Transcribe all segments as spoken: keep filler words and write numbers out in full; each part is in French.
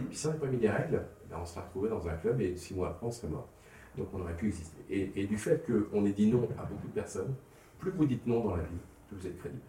Puis si on n'avait pas mis des règles, ben on serait retrouvé dans un club et six mois après, on serait mort. Donc on aurait pu exister. Et, et du fait qu'on ait dit non à beaucoup de personnes, plus vous dites non dans la vie, plus vous êtes crédible.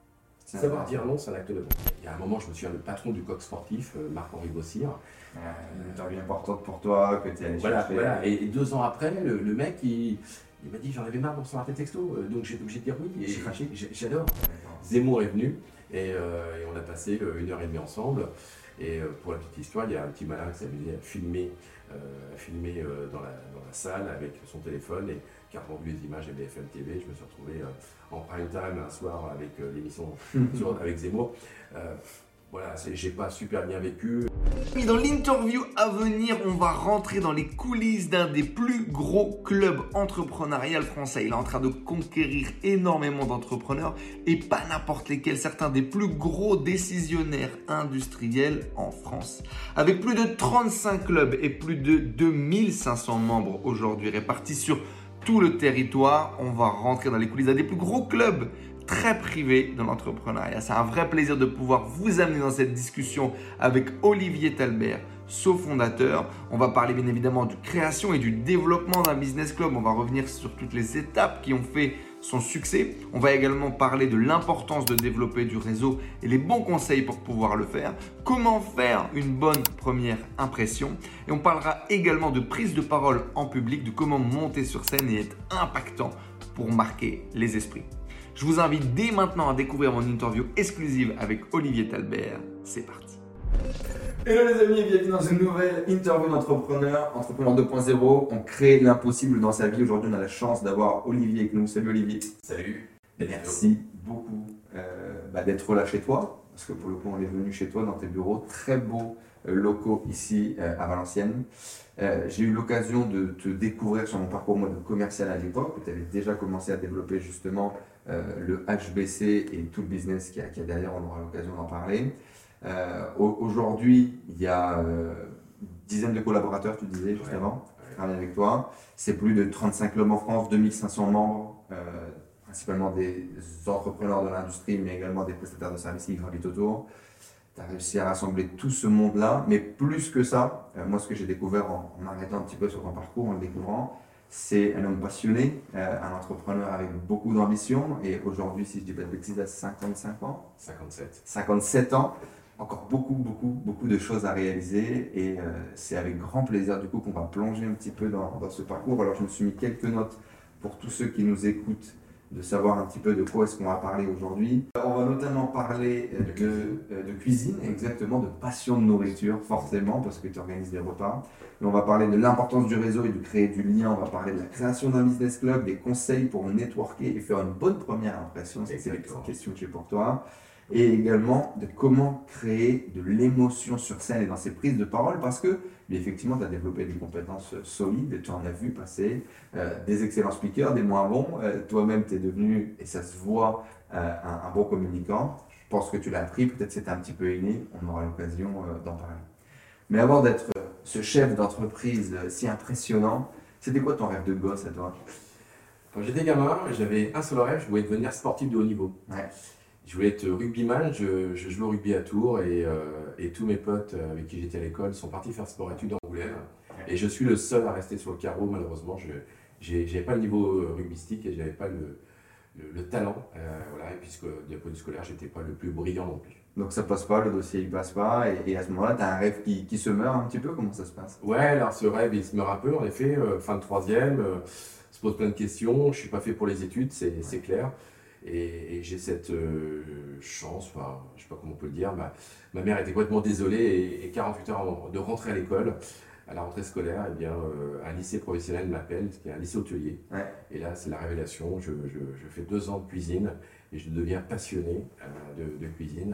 Savoir dire non, c'est un acte de bon. Il y a un moment, je me souviens, le patron du coq sportif, Marc-Henri Bossire. Euh, une interview importante pour toi, que tu es allé voilà, chercher. Voilà. Et, et deux ans après, le, le mec, il, il m'a dit j'en avais marre de recevoir tes textos. Donc j'ai dit oui, et J'ai craché. J'adore. Zemmour est venu et, euh, et on a passé une heure et demie ensemble. Et euh, pour la petite histoire, il y a un petit malin qui s'amusait à filmer, euh, à filmer euh, dans, la, dans la salle avec son téléphone et qui a rendu les images à B F M T V. Je me suis retrouvé euh, en prime time un soir avec euh, l'émission avec Zemmour. Euh, voilà, j'ai pas super bien vécu. Dans l'interview à venir, on va rentrer dans les coulisses d'un des plus gros clubs entrepreneurial français. Il est en train de conquérir énormément d'entrepreneurs et pas n'importe lesquels, certains des plus gros décisionnaires industriels en France. Avec plus de trente-cinq clubs et plus de deux mille cinq cents membres aujourd'hui répartis sur tout le territoire, on va rentrer dans les coulisses d'un des plus gros clubs très privé de l'entrepreneuriat. C'est un vrai plaisir de pouvoir vous amener dans cette discussion avec Olivier Talbert, son fondateur. On va parler bien évidemment de création et du développement d'un business club. On va revenir sur toutes les étapes qui ont fait son succès. On va également parler de l'importance de développer du réseau et les bons conseils pour pouvoir le faire. Comment faire une bonne première impression. Et on parlera également de prise de parole en public, de comment monter sur scène et être impactant pour marquer les esprits. Je vous invite dès maintenant à découvrir mon interview exclusive avec Olivier Talbert. C'est parti. Hello les amis, bienvenue dans une nouvelle interview d'entrepreneur, Entrepreneur deux point zéro. On crée l'impossible dans sa vie. Aujourd'hui, on a la chance d'avoir Olivier avec nous. Salut Olivier. Salut. Merci beaucoup euh, bah, d'être là chez toi. Parce que pour le coup, on est venu chez toi dans tes bureaux. Très beaux euh, locaux ici euh, à Valenciennes. Euh, j'ai eu l'occasion de te découvrir sur mon parcours moi, de commercial à l'époque. Tu avais déjà commencé à développer justement euh, le H B C et tout le business qu'il y a, qu'il y a derrière. On aura l'occasion d'en parler. Euh, aujourd'hui, il y a euh, une dizaine de collaborateurs, tu disais juste avant, qui travaillent avec toi. C'est plus de trente-cinq clubs en France, deux mille cinq cents membres, euh, principalement des entrepreneurs de l'industrie, mais également des prestataires de services qui gravitent autour. Tu as réussi à rassembler tout ce monde-là, mais plus que ça, euh, moi ce que j'ai découvert en, en m'arrêtant un petit peu sur ton parcours, en le découvrant, c'est un homme passionné, euh, un entrepreneur avec beaucoup d'ambition, et aujourd'hui, si je dis pas de bêtises, à cinquante-cinq ans, cinquante-sept. cinquante-sept ans, encore beaucoup, beaucoup, beaucoup de choses à réaliser, et euh, c'est avec grand plaisir du coup qu'on va plonger un petit peu dans, dans ce parcours. Alors je me suis mis quelques notes pour tous ceux qui nous écoutent, de savoir un petit peu de quoi est-ce qu'on va parler aujourd'hui. On va notamment parler de, de cuisine, exactement, de passion de nourriture, forcément, parce que tu organises des repas. Et on va parler de l'importance du réseau et de créer du lien. On va parler de la création d'un business club, des conseils pour networker et faire une bonne première impression. C'est les petites questions que j'ai pour toi. Et également de comment créer de l'émotion sur scène et dans ses prises de parole, parce que effectivement tu as développé des compétences solides, tu en as vu passer euh, des excellents speakers, des moins bons, euh, toi-même tu es devenu, et ça se voit, euh, un, un bon communicant. Je pense que tu l'as appris, peut-être c'était un petit peu inné, on aura l'occasion euh, d'en parler. Mais avant d'être euh, ce chef d'entreprise euh, si impressionnant, c'était quoi ton rêve de gosse à toi? Quand j'étais gamin, j'avais un seul rêve, je voulais devenir sportif de haut niveau. Ouais. Je voulais être rugbyman, je, je jouais au rugby à Tours et, euh, et tous mes potes avec qui j'étais à l'école sont partis faire sport-études en Angoulême. Et je suis le seul à rester sur le carreau, malheureusement. Je n'avais pas le niveau rugbystique et je n'avais pas le, le, le talent. Euh, voilà, et puisque d'un point de vue scolaire, je n'étais pas le plus brillant non plus. Donc ça passe pas, le dossier il passe pas, et, et à ce moment-là, tu as un rêve qui, qui se meurt un petit peu, comment ça se passe? Ouais, alors ce rêve il se meurt un peu, en effet, euh, fin de troisième, euh, se pose plein de questions, je ne suis pas fait pour les études, c'est c'est clair. Et, et j'ai cette euh, chance, enfin, je ne sais pas comment on peut le dire, ma, ma mère était complètement désolée et, et quarante-huit heures avant de rentrer à l'école, à la rentrée scolaire, eh bien, euh, un lycée professionnel m'appelle, qui est un lycée hôtelier. Ouais. Et là, c'est la révélation, je, je, je fais deux ans de cuisine et je deviens passionné euh, de, de cuisine.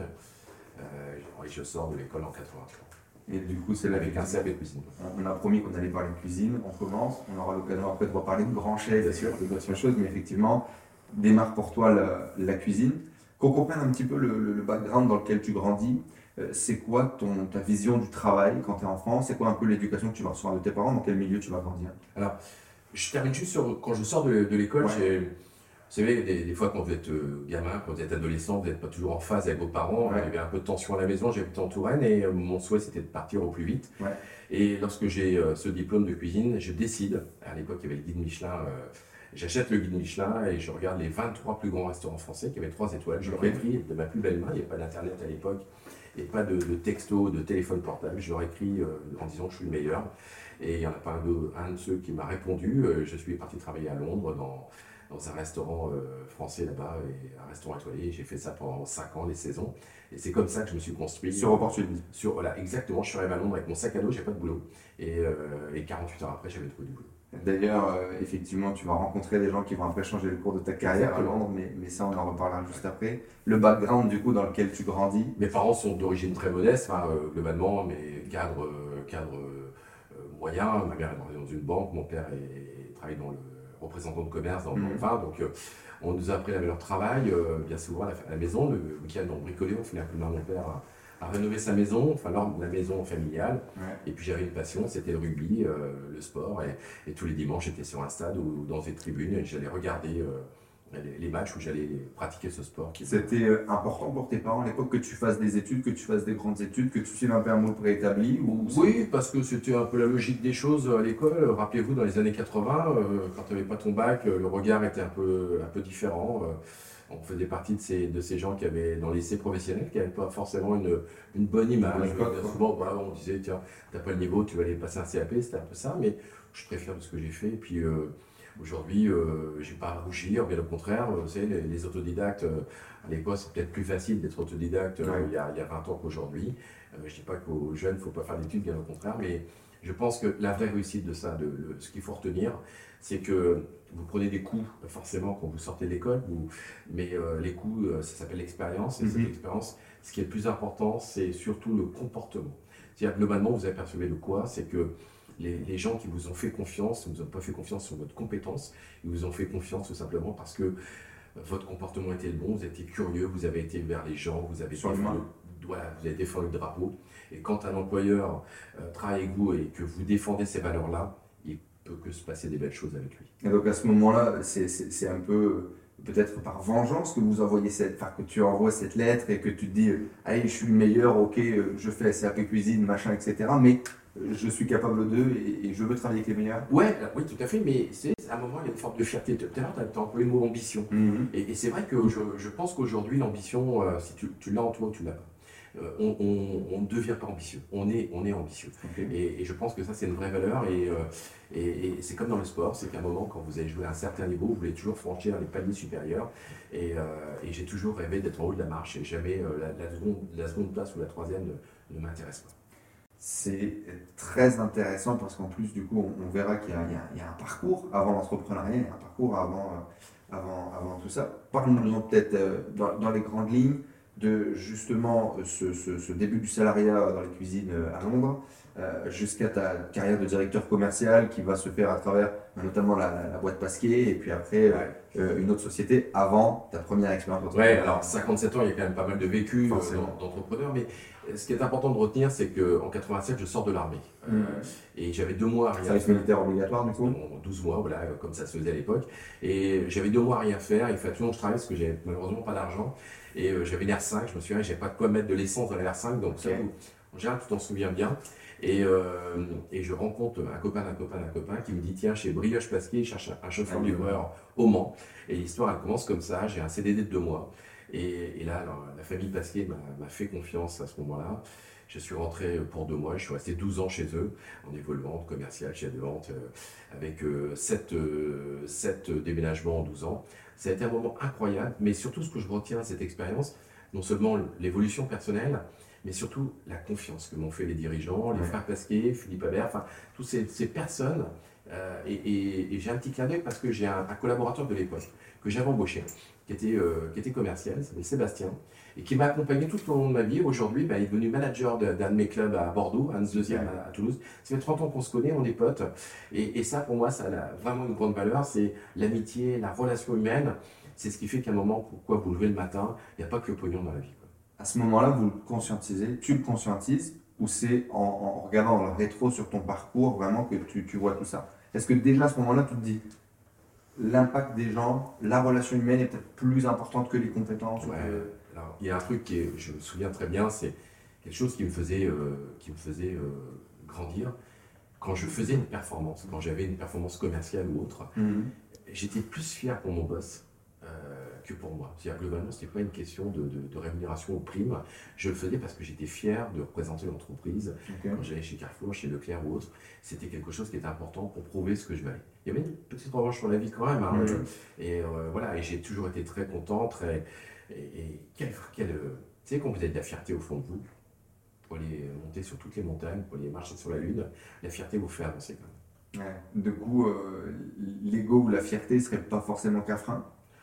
Euh, et je sors de l'école en quatre-vingts. Et du coup, c'est là avec un C A P de cuisine. On a promis qu'on allait parler de cuisine, on commence, on aura l'occasion après de reparler de grands chefs, Bien sûr, de d'autres choses, mais effectivement, démarre pour toi la, la cuisine. Qu'on comprenne un petit peu le, le, le background dans lequel tu grandis, euh, c'est quoi ton, ta vision du travail quand tu es enfant? C'est quoi un peu l'éducation que tu vas recevoir de tes parents? Dans quel milieu tu vas grandir? Alors, je termine juste sur, quand je sors de, de l'école, Ouais. j'ai Vous savez, des, des fois quand vous êtes euh, gamin, quand vous êtes adolescent, vous n'êtes pas toujours en phase avec vos parents. Ouais. Il y avait un peu de tension à la maison, j'habitais en Touraine et euh, mon souhait c'était de partir au plus vite. Ouais. Et lorsque j'ai euh, ce diplôme de cuisine, je décide, à l'époque il y avait le guide Michelin, euh, j'achète le guide Michelin et je regarde les vingt-trois plus grands restaurants français qui avaient trois étoiles. Je Ok. leur écris de ma plus belle main, il n'y avait pas d'internet à l'époque et pas de, de texto, de téléphone portable. Je leur écris euh, en disant que je suis le meilleur. Et il n'y en a pas un de, un de ceux qui m'a répondu. Euh, je suis parti travailler à Londres dans, dans un restaurant euh, français là-bas, et un restaurant étoilé. J'ai fait ça pendant cinq ans, les saisons. Et c'est comme ça que je me suis construit. Sur opportunité. Sur, voilà, exactement. Je suis arrivé à Londres avec mon sac à dos, j'ai pas de boulot. Et, euh, et quarante-huit heures après, j'avais trouvé du boulot. D'ailleurs, euh, effectivement, tu vas rencontrer des gens qui vont après changer le cours de ta carrière à Exactement. Londres, mais, mais ça, on en reparlera juste après. Le background, du coup, dans lequel tu grandis. Mes parents sont d'origine très modeste, enfin, euh, globalement, mais cadre, euh, cadre euh, moyen. Ma mère est dans, dans une banque, mon père est, travaille dans le représentant de commerce dans, dans le Mhm. vin. Donc, euh, on nous a appris à leur travail, euh, bien souvent à la, à la maison. Le week-end, on bricolait, on filait un peu de main à mon père à, à rénover sa maison, enfin alors, la maison familiale. Ouais. Et puis j'avais une passion, c'était le rugby, euh, le sport. Et, et tous les dimanches, j'étais sur un stade ou dans des tribunes et j'allais regarder euh, les, les matchs où j'allais pratiquer ce sport. Qui C'était euh, important pour tes parents à l'époque que tu fasses des études, que tu fasses des grandes études, que tu suives un peu un moule préétabli ou... Oui, parce que c'était un peu la logique des choses à l'école. Rappelez-vous, dans les années quatre-vingts, euh, quand tu n'avais pas ton bac, euh, le regard était un peu, un peu différent. Euh, on faisait partie de ces, de ces gens qui avaient, dans les lycées professionnels, qui n'avaient pas forcément une, une bonne image. Ouais, quoi, quoi. Souvent, voilà, on disait, tiens, t'as pas le niveau, tu vas aller passer un C A P, c'était un peu ça, mais je suis très fier de ce que j'ai fait. Et puis euh, aujourd'hui, euh, j'ai pas à rougir, bien au contraire. Vous savez, les, les autodidactes, euh, à l'époque, c'est peut-être plus facile d'être autodidacte euh, Ouais. il, y a, il y a vingt ans qu'aujourd'hui. Euh, je ne dis pas qu'aux jeunes, il ne faut pas faire d'études, bien au contraire, mais je pense que la vraie réussite de ça, de, le- ce qu'il faut retenir, c'est que vous prenez des coups, forcément, quand vous sortez de l'école, vous- mais euh, les coups, euh, ça s'appelle l'expérience, et cette Mhm. expérience, ce qui est le plus important, c'est surtout le comportement. C'est-à-dire, globalement, vous apercevez de quoi? C'est que les, les gens qui vous ont fait confiance ne vous ont pas fait confiance sur votre compétence, ils vous ont fait confiance tout simplement parce que votre comportement était le bon, vous étiez curieux, vous avez été vers les gens, vous avez Sur le défendu, voilà, vous avez défendu le drapeau. Et quand un employeur euh, travaille avec vous et que vous défendez ces valeurs-là, il peut que se passer des belles choses avec lui. Et donc à ce moment-là, c'est- c'est c'est un peu peut-être par vengeance que vous envoyez cette, enfin que tu envoies cette lettre et que tu te dis, euh, allez, je suis le meilleur, ok, euh, je fais C A P cuisine, machin, et cetera. Mais euh, je suis capable d'eux et, et je veux travailler avec les meilleurs. Ouais, euh, oui, tout à fait, mais c'est à un moment, il y a une forme de fierté. Tout à l'heure, tu as employé le mot ambition. Mhm. Et, et c'est vrai que je, je pense qu'aujourd'hui, l'ambition, euh, si tu, tu l'as en toi ou tu l'as pas, euh, on on- on ne devient pas ambitieux, on est, on est ambitieux. Ok. Et, et je pense que ça, c'est une vraie valeur. Et, euh, et, et c'est comme dans le sport, c'est qu'à un moment, quand vous avez joué à un certain niveau, vous voulez toujours franchir les paliers supérieurs. Et, euh, et j'ai toujours rêvé d'être en haut de la marche. Et jamais euh, la, la seconde, la seconde place ou la troisième ne, ne m'intéresse pas. C'est très intéressant parce qu'en plus, du coup, on, on verra qu'il y, a- il y a- il y a un parcours avant l'entrepreneuriat, il y a un parcours avant, euh, avant, avant tout ça. Parlons-en peut-être euh, dans, dans les grandes lignes de justement euh, ce, ce- ce début du salariat dans les cuisines euh, à Londres euh, jusqu'à ta carrière de directeur commercial qui va se faire à travers euh, notamment la, la- la boîte Pasquier et puis après euh, euh, une autre société avant ta première expérience Ouais, d'entrepreneur. alors cinquante-sept ans, il y a quand même pas mal de vécu euh, Forcément. d'entrepreneur, mais euh, ce qui est important de retenir, c'est qu'en quatre-vingt-sept, je sors de l'armée. Euh, Mhm. Et j'avais deux mois à rien Service faire. militaire obligatoire du coup. En douze mois, voilà, euh, comme ça se faisait à l'époque. Et j'avais deux mois à rien faire. Il fallait absolument que je travaille parce que j'avais malheureusement pas d'argent. Et euh, j'avais une R cinq, je me souviens, j'avais pas de quoi mettre de l'essence dans la R cinq, donc ça, Ok. vous- en général, tu t'en souviens bien. Et, euh, et je rencontre un copain d'un copain d'un copain qui me dit tiens, chez Brioche Pasquier, il cherche un, un chauffeur Ah, livreur au Mans. Et l'histoire, elle commence comme ça. J'ai un C D D de deux mois. Et, et là, alors, la famille Pasquier m'a m'a fait confiance à ce moment-là. Je suis rentré pour deux mois, je suis resté douze ans chez eux, en évoluant de commercial, chef de vente, euh, avec sept déménagements en douze ans. Ça a été un moment incroyable, mais surtout ce que je retiens de cette expérience, non seulement l'évolution personnelle, mais surtout la confiance que m'ont fait les dirigeants, les Ouais. frères Pasquier, Philippe Habert, enfin, toutes ces, ces personnes. Euh, et et- et j'ai un petit clin d'œil parce que j'ai un, un collaborateur de l'époque que j'avais embauché, qui était, euh, qui était commercial, il s'appelait Sébastien, et qui m'a accompagné tout au long de ma vie. Aujourd'hui, bah, il est devenu manager de- d'un de mes clubs à Bordeaux, Hans deuxième à, à Toulouse. Ça fait trente ans qu'on se connaît, on est potes. Et, et ça, pour moi, ça a vraiment une grande valeur, c'est l'amitié, la relation humaine. C'est ce qui fait qu'à un moment, pourquoi vous levez le matin, il n'y a pas que le pognon dans la vie, quoi. À ce moment-là, vous le conscientisez, tu le conscientises, ou c'est en, en regardant dans le rétro sur ton parcours vraiment que tu, tu vois tout ça? Est-ce que déjà à ce moment-là, tu te dis, l'impact des gens, la relation humaine est peut-être plus importante que les compétences. Ouais. que- Alors, il y a un truc qui est, je me souviens très bien, c'est quelque chose qui me faisait, euh, qui me faisait euh, grandir. Quand je faisais une performance, quand j'avais une performance commerciale ou autre, Mhm. j'étais plus fier pour mon boss euh, que pour moi. C'est-à-dire globalement, ce n'était pas une question de, de- de rémunération ou prime. Je le faisais parce que j'étais fier de représenter l'entreprise. Ok. Quand j'allais chez Carrefour, chez Leclerc ou autre, c'était quelque chose qui était important pour prouver ce que je valais. Il y avait une petite revanche sur la vie quand même. Hein, Mhm. euh, et euh, voilà, et j'ai toujours été très content, très. Et, et quelle, quelle, euh, tu sais, quand vous avez de la fierté au fond de vous, pour aller monter sur toutes les montagnes, pour aller marcher sur la lune, la fierté vous fait avancer quand même. Ouais. Du coup, euh, l'ego ou la fierté serait pas forcément qu'un frein.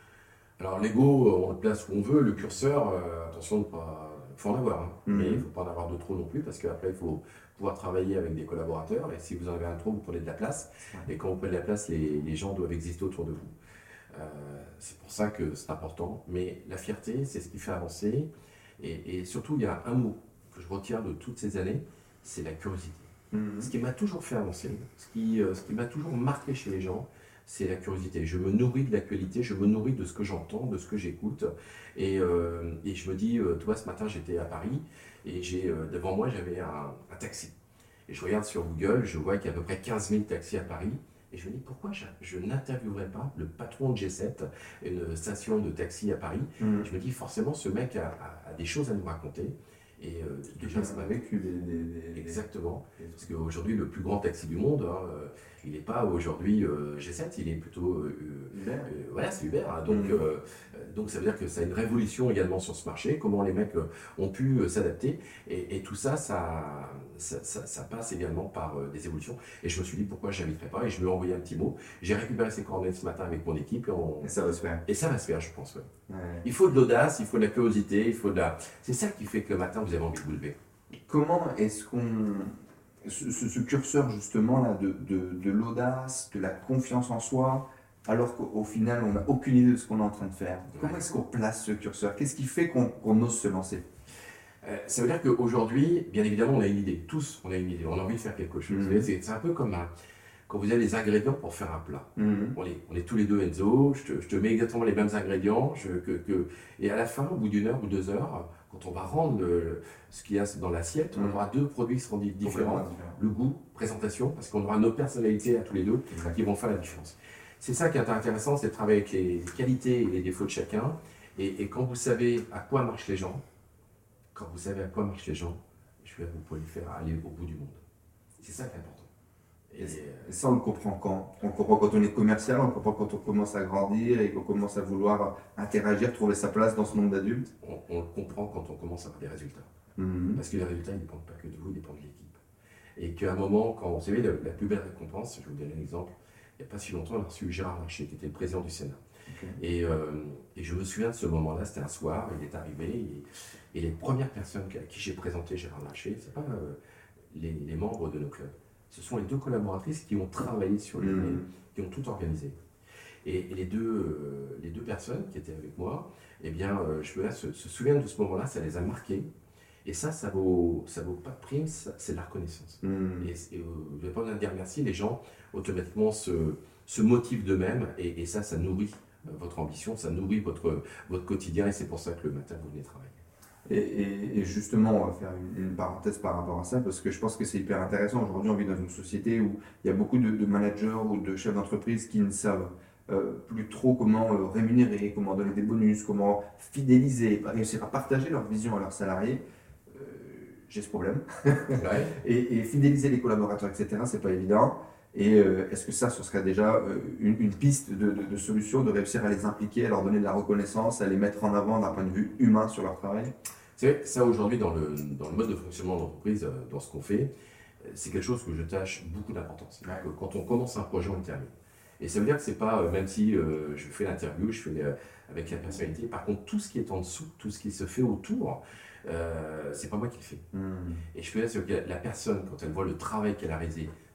Alors l'ego, euh, on le place où on veut, le curseur, euh, attention, de pas... il faut en avoir, hein. Mhm. Mais il ne faut pas en avoir de trop non plus, parce qu'après il faut pouvoir travailler avec des collaborateurs, et si vous en avez un trop, vous prenez de la place, et quand vous prenez de la place, les, les gens doivent exister autour de vous. Euh, c'est pour ça que c'est important, mais la fierté, c'est ce qui fait avancer, et, et surtout, il y a un mot que je retiens de toutes ces années, c'est la curiosité. Mhm. Ce qui m'a toujours fait avancer, ce qui, euh, ce qui m'a toujours marqué chez les gens, c'est la curiosité. Je me nourris de l'actualité, je me nourris de ce que j'entends, de ce que j'écoute. Et, euh, et je me dis, euh, toi, ce matin, j'étais à Paris et j'ai, euh, devant moi, j'avais un, un taxi. Et je regarde sur Google, je vois qu'il y a à peu près quinze mille taxis à Paris. Et je me dis, pourquoi je, je n'interviewerais pas le patron de G sept, une station de taxi à Paris. Mhm. Je me dis, forcément, ce mec a, a- a des choses à nous raconter. Et euh, déjà, ça m'a vécu des, des- des- Exactement. des- Parce qu'aujourd'hui, le plus grand taxi du monde, hein, euh, il n'est pas aujourd'hui euh, G sept, il est plutôt. euh, Uber. euh, voilà, c'est Uber. Hein. Donc, Mhm. euh, euh, donc ça veut dire que ça a une révolution également sur ce marché, comment les mecs euh, ont pu euh, s'adapter. Et, et tout ça ça, ça, ça- ça passe également par euh, des évolutions. Et je me suis dit pourquoi je n'inviterais pas. Et je lui ai envoyé un petit mot. J'ai récupéré ses coordonnées ce matin avec mon équipe. Et, on- Et ça va se faire. et ça va se faire, je pense. Ouais. Ouais. Il faut de l'audace, il faut de la curiosité, il faut de la. C'est ça qui fait que le matin, vous avez envie de vous lever. Comment est-ce qu'on. Ce, ce- ce curseur justement là de, de, de l'audace, de la confiance en soi, alors qu'au final on n'a aucune idée de ce qu'on est en train de faire. Comment Ouais. est-ce qu'on place ce curseur? Qu'est-ce qui fait qu'on qu'on ose se lancer? Euh, ça veut dire qu'aujourd'hui, bien évidemment, on a une idée. Tous, on a une idée. On a envie de faire quelque chose. Mhm. Vous voyez, C'est c'est un peu comme un- quand vous avez les ingrédients pour faire un plat. Mhm. On est, on est tous les deux Enzo, je te, je te mets exactement les mêmes ingrédients. Je, que, que- et à la fin, au bout d'une heure ou deux heures, quand on va rendre le- ce qu'il y a dans l'assiette, on Mhm. aura deux produits qui seront di- différents. Complètement différent. Le goût, présentation, parce qu'on aura nos personnalités à tous les deux Exact. qui vont faire la différence. C'est ça qui est intéressant, c'est de travailler avec les qualités et les défauts de chacun. Et, et quand vous savez à quoi marchent les gens, quand vous savez à quoi marchent les gens, je vais vous pouvez les faire aller au bout du monde. C'est ça qui est important. Et, Et ça, on le comprend quand? On le comprend quand on est commercial, on le comprend quand on commence à grandir et qu'on commence à vouloir interagir, trouver sa place dans ce monde d'adultes. on, on le comprend quand on commence à avoir des résultats. Mhm. Parce que les résultats, ils ne dépendent pas que de vous, ils dépendent de l'équipe. Et qu'à un moment, quand vous savez, la, la plus belle récompense, je vais vous donner un exemple, il n'y a pas si longtemps, on a reçu Gérard Larcher, qui était le président du Sénat. Ok. Et, euh, et je me souviens de ce moment-là, c'était un soir, il est arrivé, et, et les premières personnes à qui j'ai présenté Gérard Larcher, ce n'est pas euh, les, les membres de nos clubs, ce sont les deux collaboratrices qui ont travaillé sur les Mhm. qui ont tout organisé. Et, et les, deux, euh, les deux personnes qui étaient avec moi, eh bien, euh, je veux dire, se, se souviennent de ce moment-là, ça les a marqués. Et ça, ça vaut, ça vaut pas de prime, ça- c'est de la reconnaissance. Mhm. Et, et, euh, vous n'avez pas besoin de dire merci, les gens automatiquement se, se motivent d'eux-mêmes, et, et ça, ça nourrit euh, votre ambition, ça nourrit votre, votre quotidien, et c'est pour ça que le matin, vous venez travailler. Et, et- et justement, on va faire une, une parenthèse par rapport à ça, parce que je pense que c'est hyper intéressant. Aujourd'hui, on vit dans une société où il y a beaucoup de, de managers ou de chefs d'entreprise qui ne savent euh, plus trop comment euh, rémunérer, comment donner des bonus, comment fidéliser, réussir à partager leur vision à leurs salariés. Euh, J'ai ce problème. Ouais. Et, et fidéliser les collaborateurs, et cetera, c'est pas évident. Et euh, est-ce que ça, ce serait déjà euh, une, une piste de, de, de solution, de réussir à les impliquer, à leur donner de la reconnaissance, à les mettre en avant d'un point de vue humain sur leur travail? C'est vrai, ça aujourd'hui, dans le, dans le mode de fonctionnement de l'entreprise, euh, dans ce qu'on fait, euh, c'est quelque chose que je tâche beaucoup d'importance. C'est-à-dire que quand on commence un projet, on le termine. Et ça veut dire que c'est pas, euh, même si euh, je fais l'interview, je fais euh, avec la personnalité, par contre, tout ce qui est en dessous, tout ce qui se fait autour, euh, c'est pas moi qui le fais. Hmm. Et je fais ça, que la personne, quand elle voit le travail qu'elle a réalisé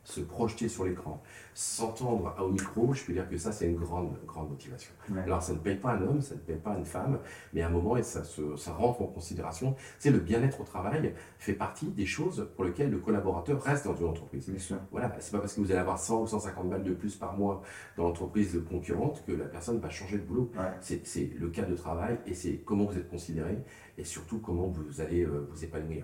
se projeter sur l'écran, s'entendre au micro, je peux dire que ça, c'est une grande, grande motivation. Ouais. Alors, ça ne paye pas un homme, ça ne paye pas une femme, mais à un moment, et ça, se, ça rentre en considération. C'est le bien-être au travail fait partie des choses pour lesquelles le collaborateur reste dans une entreprise. Bien sûr. Voilà, c'est pas parce que vous allez avoir cent ou cent cinquante balles de plus par mois dans l'entreprise concurrente que la personne va changer de boulot. Ouais. C'est, c'est le cas de travail et c'est comment vous êtes considéré et surtout comment vous allez euh, vous épanouir.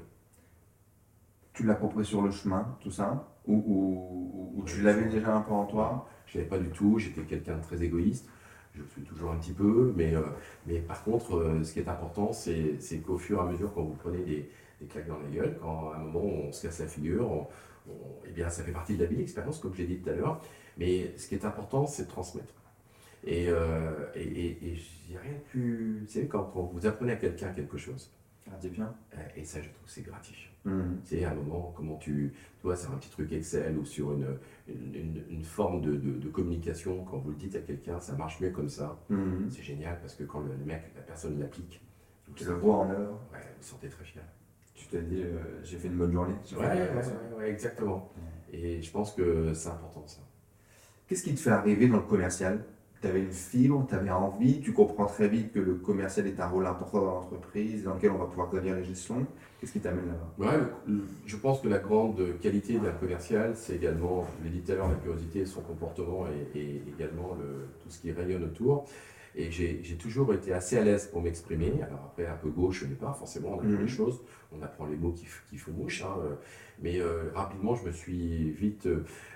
Tu l'as compris sur le chemin, tout ça, ou, ou, ou tu l'avais déjà un peu en toi? Je ne l'avais pas du tout, j'étais quelqu'un de très égoïste, je le suis toujours un petit peu, mais, euh, mais par contre, euh, ce qui est important, c'est, c'est qu'au fur et à mesure, quand vous prenez des, des claques dans la gueule, quand à un moment on se casse la figure, on, on, eh bien, ça fait partie de la vie, l'expérience, comme je l'ai dit tout à l'heure, mais ce qui est important, c'est de transmettre. Et, euh, et, et, et il n'y a rien de plus... Vous savez, quand, quand vous apprenez à quelqu'un quelque chose, Ah, c'est bien. euh, et ça, je trouve que c'est gratifiant. Mmh. C'est à un moment, comment tu, tu vois, c'est un petit truc Excel ou sur une, une, une, une forme de, de, de communication, quand vous le dites à quelqu'un, ça marche mieux comme ça. Mmh. C'est génial parce que quand le, le mec, la personne l'applique, vous Tu le vois en œuvre, ouais, vous vous sentez très fier. tu te dis euh, j'ai fait une bonne journée. J'ai Ouais, fait une ouais, bonne ouais, journée. ouais, exactement. Et je pense que c'est important ça. Qu'est-ce qui te fait arriver dans le commercial? Tu avais une fibre, tu avais envie, tu comprends très vite que le commercial est un rôle important dans l'entreprise, dans lequel on va pouvoir gagner les gestions. Qu'est-ce qui t'amène là-bas? Ouais, le- le- je pense que la grande qualité d'un commercial, c'est également, je l'ai dit tout à l'heure, la curiosité, son comportement et, et également le, tout ce qui rayonne autour. Et j'ai j'ai toujours été assez à l'aise pour m'exprimer. Alors après, un peu gauche au départ, forcément, on apprend Mhm. les choses, on apprend les mots qui, f- qui font mouche. Hein, euh, mais euh, rapidement, je me suis vite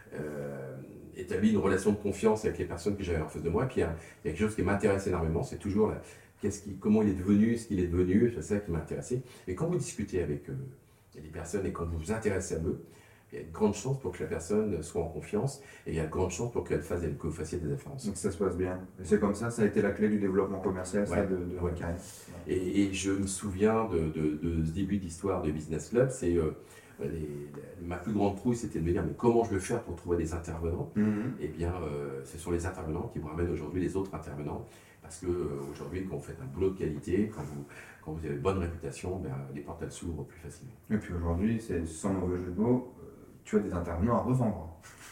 euh, établi une relation de confiance avec les personnes que j'avais en face de moi. Et puis il y a, il y a quelque chose qui m'intéresse énormément, c'est toujours la, qu'est-ce qui, comment il est devenu, ce qu'il est devenu, c'est ça qui m'a intéressé. Et quand vous discutez avec euh, des personnes et quand vous vous intéressez à eux, il y a une grande chance pour que la personne soit en confiance et il y a une grande chance pour qu'elle fasse, que vous fassiez des affaires ensemble. Donc ça se passe bien. Et c'est comme ça, ça a été la clé du développement commercial, ça, Ouais. de, de Ouais. Rakaï. Et, et je me souviens de, de- de ce début d'histoire de Business Club, c'est euh, les- ma plus grande trouille, c'était de me dire mais comment je vais faire pour trouver des intervenants. Mhm. Eh bien, euh, ce sont les intervenants qui vous ramènent aujourd'hui les autres intervenants. Parce qu'aujourd'hui, quand vous faites un boulot de qualité, quand vous, quand vous avez une bonne réputation, ben, les portes elles s'ouvrent plus facilement. Et puis aujourd'hui, c'est sans mauvais jeu de mots, euh, tu as des intervenants à revendre.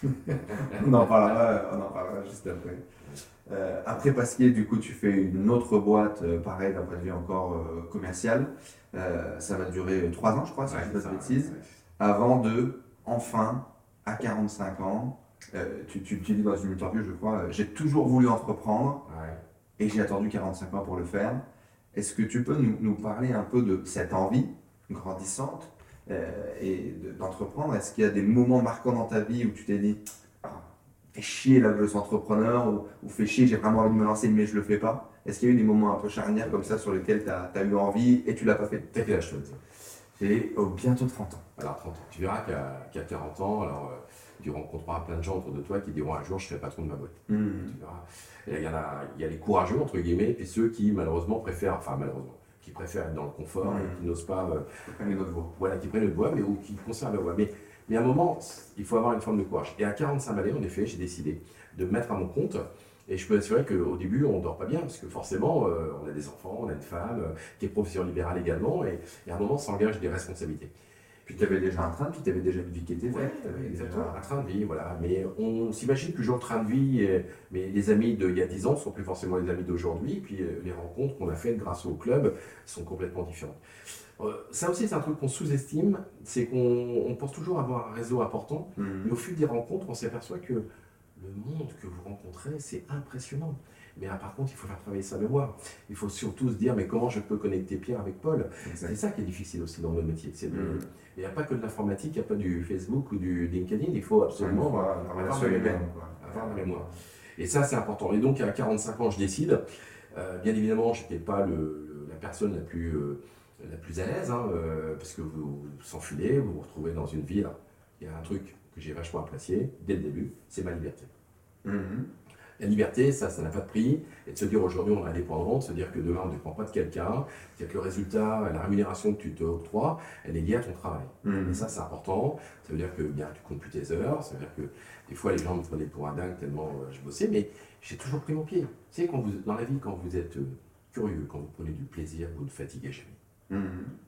on en parlera, on en parlera juste après. Euh, après Pasquier, du coup, tu fais une autre boîte, euh, pareil, d'un point de vue encore euh, commercial. Euh, ça va durer trois ans, je crois, si je ne dis pas de ça, bêtises. ouais. Avant de, enfin, à quarante-cinq ans, euh, tu, tu, tu dis dans une interview, je crois, euh, j'ai toujours voulu entreprendre Ouais. et j'ai attendu quarante-cinq ans pour le faire. Est-ce que tu peux nous, nous parler un peu de cette envie grandissante euh, et de- d'entreprendre? Est-ce qu'il y a des moments marquants dans ta vie où tu t'es dit ah, fais chier là que je suis entrepreneur ou, ou fais chier, j'ai vraiment envie de me lancer mais je le fais pas? Est-ce qu'il y a eu des moments un peu charnières comme ça sur lesquels tu as, eu envie et tu l'as pas fait? T'as quel âge toi? J'ai oh, bientôt trente ans. Alors trente ans. Tu verras qu'à qu'à quarante ans, alors, euh, tu rencontreras plein de gens autour de toi qui diront un jour je serai patron de ma boîte. Mhm. Tu verras. Et il y en a, il y a les courageux entre guillemets, puis ceux qui malheureusement préfèrent, enfin malheureusement, qui préfèrent être dans le confort Mhm. et qui n'osent pas, euh, Prenez notre voix. voilà, qui prennent le bois, mais ou qui conservent la voix. Mais, mais à un moment, il faut avoir une forme de courage. Et à quarante-cinq années, en effet, j'ai décidé de me mettre à mon compte. Et je peux assurer qu'au début, on ne dort pas bien, parce que forcément, euh, on a des enfants, on a une femme euh, qui est professeure libérale également, et, et à un moment, ça engage des responsabilités. Puis tu avais déjà un train, puis tu avais déjà une vie qui était Ouais, faite. t'avais exactement, déjà- un train de vie, voilà. Mais on s'imagine toujours le train de vie, et- mais les amis d'il y a dix ans ne sont plus forcément les amis d'aujourd'hui, puis euh, les rencontres qu'on a faites grâce au club sont complètement différentes. Euh, ça aussi, c'est un truc qu'on sous-estime, c'est qu'on on pense toujours avoir un réseau important, mais Mhm. au fil des rencontres, on s'aperçoit que le monde que vous rencontrez, c'est impressionnant. Mais ah, par contre, il faut faire travailler sa mémoire. Il faut surtout se dire, mais comment je peux connecter Pierre avec Paul? Exact. C'est ça qui est difficile aussi dans notre métier. c'est de- Mhm. Il n'y a pas que de l'informatique, il n'y a pas du Facebook ou du LinkedIn, il faut absolument Voilà, la relation avoir la humaine, mémoire. quoi. Avoir la mémoire. Et ça, c'est important. Et donc, à quarante-cinq ans, je décide. Euh, bien évidemment, je n'étais pas le- le- la personne la plus, euh, la plus à l'aise, hein, euh, parce que vous vous s'enfilez, vous vous retrouvez dans une ville. Il y a un truc que j'ai vachement apprécié dès le début, c'est ma liberté. Mhm. La liberté, ça, ça n'a pas de prix. Et de se dire aujourd'hui, on est indépendant, de se dire que demain, on ne dépend pas de quelqu'un, c'est que le résultat, la rémunération que tu te octroies, elle est liée à ton travail. Mhm. Et ça, c'est important. Ça veut dire que bien, tu comptes plus tes heures. Ça veut dire que des fois, les gens me prenaient pour un dingue tellement euh, je bossais. Mais j'ai toujours pris mon pied. Tu sais, quand vous, dans la vie, quand vous êtes euh, curieux, quand vous prenez du plaisir, vous ne fatiguez jamais. Mhm.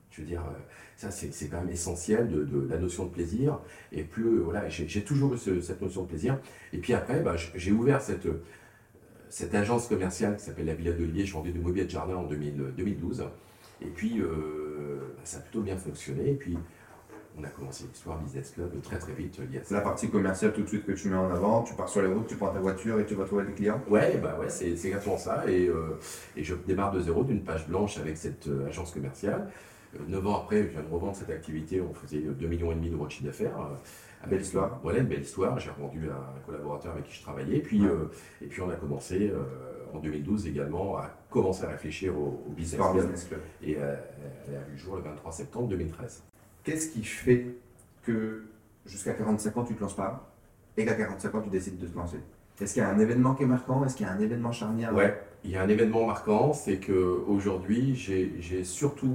Je veux dire, euh, ça c'est c'est quand même essentiel de, de la notion de plaisir. Et plus, euh, voilà, j'ai j'ai toujours eu ce- cette notion de plaisir. Et puis après, bah, j- j'ai ouvert cette, euh, cette agence commerciale qui s'appelle la Villa d'Olivier. Je vendais du mobilier de jardin en deux mille deux mille douze. Et puis, euh, bah, ça a plutôt bien fonctionné. Et puis, on a commencé l'histoire Business Club très très vite lié à ça. La partie commerciale tout de suite que tu mets en avant, tu pars sur les routes, tu prends ta voiture et tu vas trouver des clients. Ouais, bah ouais, c'est c'est exactement ça. Et, euh, et je démarre de zéro, d'une page blanche avec cette euh, agence commerciale. Euh, Neuf ans après, je viens de revendre cette activité. On faisait deux millions et demi d'euros de chiffre d'affaires. euh, avec- Belle histoire. Voilà, une belle histoire. J'ai revendu à un collaborateur avec qui je travaillais. Et puis, Ouais. euh, et puis on a commencé euh, en deux mille douze également à commencer à réfléchir au, au business Sport club. Business Club. Et euh, elle a vu le jour le vingt-trois septembre deux mille treize. Qu'est-ce qui fait que jusqu'à quarante-cinq ans tu te lances pas et qu'à quarante-cinq ans tu décides de te lancer? Est-ce qu'il y a un événement qui est marquant? Est-ce qu'il y a un événement charnière? Ouais, il y a un événement marquant, c'est qu'aujourd'hui, j'ai j'ai surtout,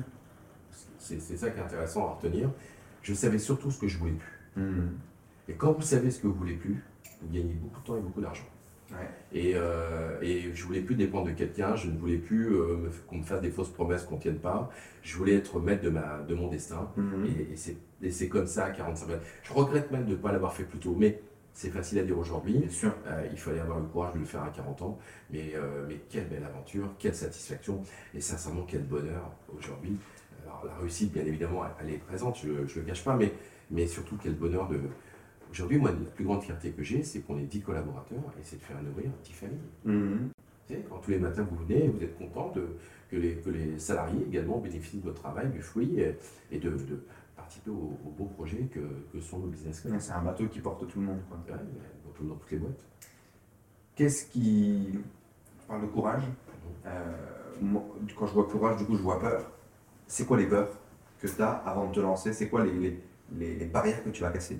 c'est c'est ça qui est intéressant à retenir, je savais surtout ce que je voulais plus. Hmm. Et quand vous savez ce que vous voulez plus, vous gagnez beaucoup de temps et beaucoup d'argent. Ouais. Et, euh, et je voulais plus dépendre de quelqu'un, je ne voulais plus euh, me- qu'on me fasse des fausses promesses qu'on ne tienne pas. Je voulais être maître de, ma, de mon destin. Mhm. Et, et c'est- et c'est comme ça à quarante-cinq ans. Je regrette même de ne pas l'avoir fait plus tôt, mais c'est facile à dire aujourd'hui. Bien sûr. Euh, il fallait avoir le courage de le faire à quarante ans. Mais, euh, mais quelle belle aventure, quelle satisfaction et sincèrement quel bonheur aujourd'hui. Alors la réussite, bien évidemment, elle est présente, je ne le cache pas, mais, mais surtout quel bonheur de... Aujourd'hui, moi, la plus grande fierté que j'ai, c'est qu'on est dix collaborateurs et c'est de faire nourrir dix familles. Mhm. Vous savez, quand tous les matins vous venez, vous êtes content de, que, les, que les salariés également bénéficient de votre travail, du fruit et, et de, de participer au, au beau projet que, que sont nos business clubs. Ouais, c'est un bateau qui porte tout le monde, quoi. Ouais, dans, dans toutes les boîtes. Qu'est-ce qui. Je parle de courage. Euh, moi, quand je vois courage, du coup, je vois peur. C'est quoi les peurs que tu as avant de te lancer? C'est quoi les, les, les- les barrières que tu vas casser?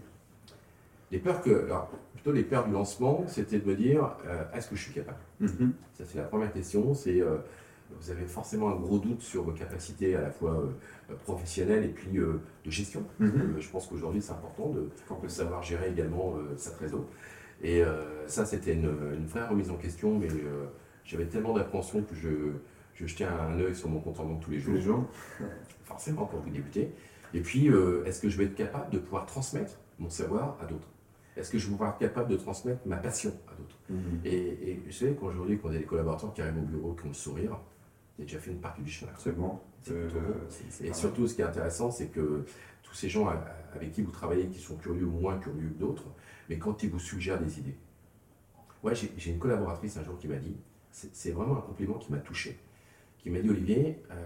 Les peurs que, alors, plutôt les peurs du lancement, c'était de me dire, euh, est-ce que je suis capable? Mhm. Ça, c'est la première question. C'est, euh, vous avez forcément un gros doute sur vos capacités à la fois euh, professionnelles et puis euh, de gestion. Mhm. Euh, je pense qu'aujourd'hui, c'est important de, de savoir gérer également euh, sa trésor. Et euh, ça, c'était une, une vraie remise en question, mais euh, j'avais tellement d'appréhension que je, je jetais un œil sur mon compte en banque tous les Tous jours, les jours. forcément pour vous débuter. Et puis, euh, est-ce que je vais être capable de pouvoir transmettre mon savoir à d'autres? Est-ce que je vais pouvoir être capable de transmettre ma passion à d'autres? Mhm. Et, et vous savez qu'aujourd'hui, quand on a des collaborateurs qui arrivent au bureau, qui ont le sourire, j'ai déjà fait une partie du chemin. C'est bon. C'est Euh, plutôt bon. c'est- c'est Et pas surtout, ce qui est intéressant, c'est que tous ces gens avec qui vous travaillez, qui sont curieux ou moins curieux que d'autres, mais quand ils vous suggèrent des idées. Ouais, j'ai j'ai une collaboratrice un jour qui m'a dit, c'est c'est vraiment un compliment qui m'a touché, qui m'a dit, Olivier, euh,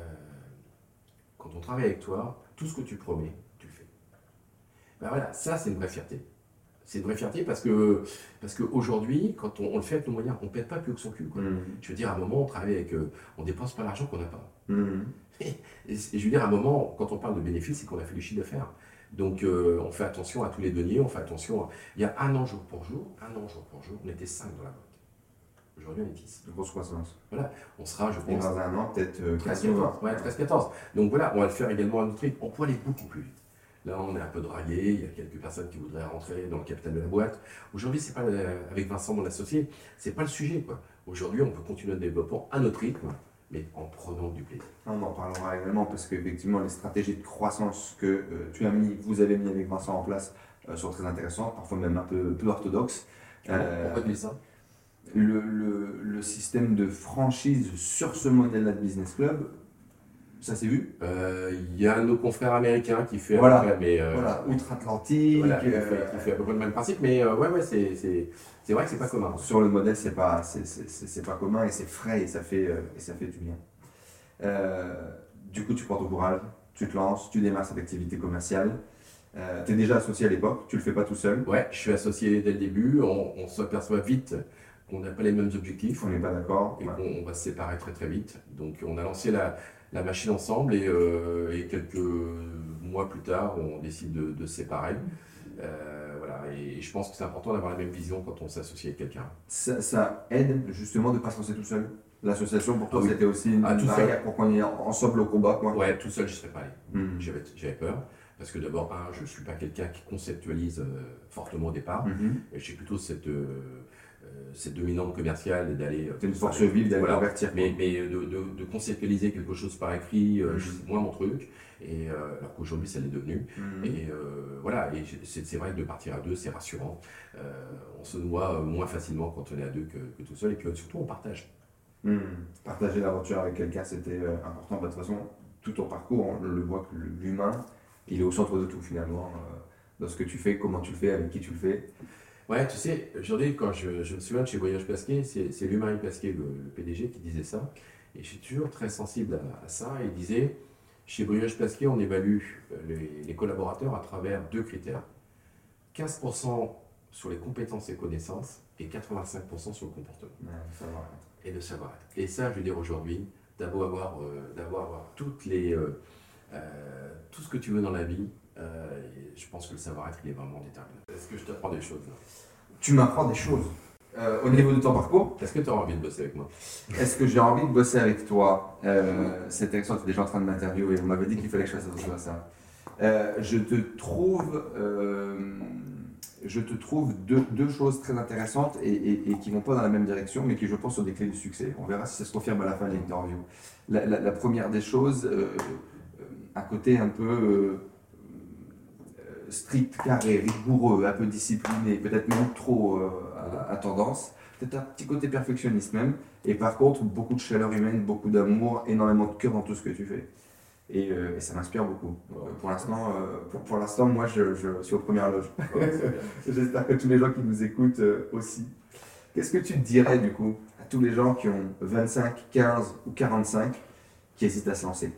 quand on travaille avec toi, tout ce que tu promets, tu le fais. Ben voilà, ça c'est une vraie fierté. C'est une vraie fierté parce que parce qu'aujourd'hui, quand on, on le fait avec nos moyens, on ne pète pas plus que son cul, quoi. Mhm. Je veux dire, à un moment, on travaille avec, euh, on dépense pas l'argent qu'on n'a pas. Mhm. Et, et je veux dire, à un moment, quand on parle de bénéfices, c'est qu'on a fait du chiffre d'affaires. Donc, euh, on fait attention à tous les deniers, on fait attention. À... Il y a un an jour pour jour, un an jour pour jour, on était cinq dans la boîte. Aujourd'hui, on est dix. Grosse croissance. On sera, je Et pense, dans un an, peut-être euh, treize quinze quatorze. Ouais, treize quatorze. Donc voilà, on va le faire également à notre rythme. On pourrait aller beaucoup plus vite. Là, on est un peu dragué, il y a quelques personnes qui voudraient rentrer dans le capital de la boîte. Aujourd'hui, c'est pas le- avec Vincent, mon associé, c'est pas le sujet, quoi. Aujourd'hui, on peut continuer notre développement à notre rythme, mais en prenant du plaisir. On en parlera également parce qu'effectivement, les stratégies de croissance que euh, tu as mis, vous avez mis avec Vincent en place euh, sont très intéressantes, parfois même un peu, peu orthodoxes. Euh, Pourquoi tu dis ça? le, le, le système de franchise sur ce modèle-là de Business Club, ça s'est vu. Euh, Il y a un de nos confrères américains qui fait Voilà. à peu près, mais euh, Voilà, outre-Atlantique. voilà, qui, euh, fait, qui fait à peu près le même principe, mais euh, ouais, ouais, c'est c'est- c'est vrai que c'est pas commun. Sur le modèle, c'est pas, c'est, c'est, c'est- c'est pas commun et c'est frais et ça fait, euh, et ça fait du bien. Euh, du coup, tu prends ton courage, tu te lances, tu démarres cette activité commerciale. Euh, tu es déjà associé à l'époque, tu le fais pas tout seul. Ouais, je suis associé dès le début, on, on s'aperçoit vite qu'on n'a pas les mêmes objectifs On n'est pas d'accord. et Ouais. qu'on on va se séparer très très vite. Donc on a lancé la, la machine ensemble et, euh, et quelques mois plus tard, on décide de, de se séparer. Euh, voilà, et je pense que c'est important d'avoir la même vision quand on s'associe avec quelqu'un. Ça, ça aide justement de ne pas se lancer tout seul. L'association pour toi, Ah oui. c'était aussi une Ah, tout barrière pour qu'on y ait ensemble au combat. Quoi. Ouais, tout seul, je ne serais pas allé. Mhm. J'avais j'avais peur. Parce que d'abord, un, je ne suis pas quelqu'un qui conceptualise euh, fortement au départ. Mhm. Et j'ai plutôt cette, euh, cette dominante commerciale et d'aller. C'est une force vive d'aller voilà. convertir. Mais, mais de, de, de conceptualiser quelque chose par écrit, euh, Mmh. c'est moins mon truc. Et, euh, alors qu'aujourd'hui, ça l'est devenu. Mmh. Et euh, voilà, et c'est, c'est vrai que de partir à deux, c'est rassurant. Euh, on se noie moins facilement quand on est à deux que, que tout seul. Et puis surtout, on partage. Mmh. Partager l'aventure avec quelqu'un, c'était euh, important. Bah, de toute façon, tout ton parcours, on le voit que l'humain, il est au centre de tout finalement. Euh, dans ce que tu fais, comment tu le fais, avec qui tu le fais. Ouais, tu sais, aujourd'hui, quand je, je me souviens de chez Voyage Pasquier, c'est, c'est Louis-Marie Pasquier, le, le P D G, qui disait ça. Et je suis toujours très sensible à, à ça. Il disait, chez Voyage Pasquier, on évalue les, les collaborateurs à travers deux critères. quinze pour cent sur les compétences et connaissances et quatre-vingt-cinq pour cent sur le comportement. Ouais, savoir-être. Et le savoir-être. Et ça, je veux dire, aujourd'hui, d'avoir, avoir, euh, d'avoir toutes les, euh, euh, tout ce que tu veux dans la vie, euh, je pense que le savoir-être, il est vraiment déterminant. Est-ce que je t'apprends des choses là? Tu m'apprends des choses. Euh, au niveau de ton parcours, Est-ce que tu as envie de bosser avec moi? est-ce que j'ai envie de bosser avec toi? euh, C'est intéressant, tu es déjà en train de m'interviewer. Vous m'avez dit qu'il fallait que je fasse attention à ça. Euh, je te trouve, euh, je te trouve deux, deux choses très intéressantes et, et, et qui vont pas dans la même direction, mais qui je pense sont des clés du succès. On verra si ça se confirme à la fin de l'interview. La, la, la première des choses, euh, un côté un peu euh, strict, carré, rigoureux, un peu discipliné, peut-être même trop euh, à, à tendance, peut-être un petit côté perfectionniste même, et par contre beaucoup de chaleur humaine, beaucoup d'amour, énormément de cœur dans tout ce que tu fais. Et, euh, et ça m'inspire beaucoup. Donc, euh, pour l'instant, euh, pour, pour l'instant, moi je, je suis aux premières loges. J'espère que tous les gens qui nous écoutent euh, aussi. Qu'est-ce que tu te dirais du coup à tous les gens qui ont vingt-cinq, quinze ou quarante-cinq qui hésitent à se lancer?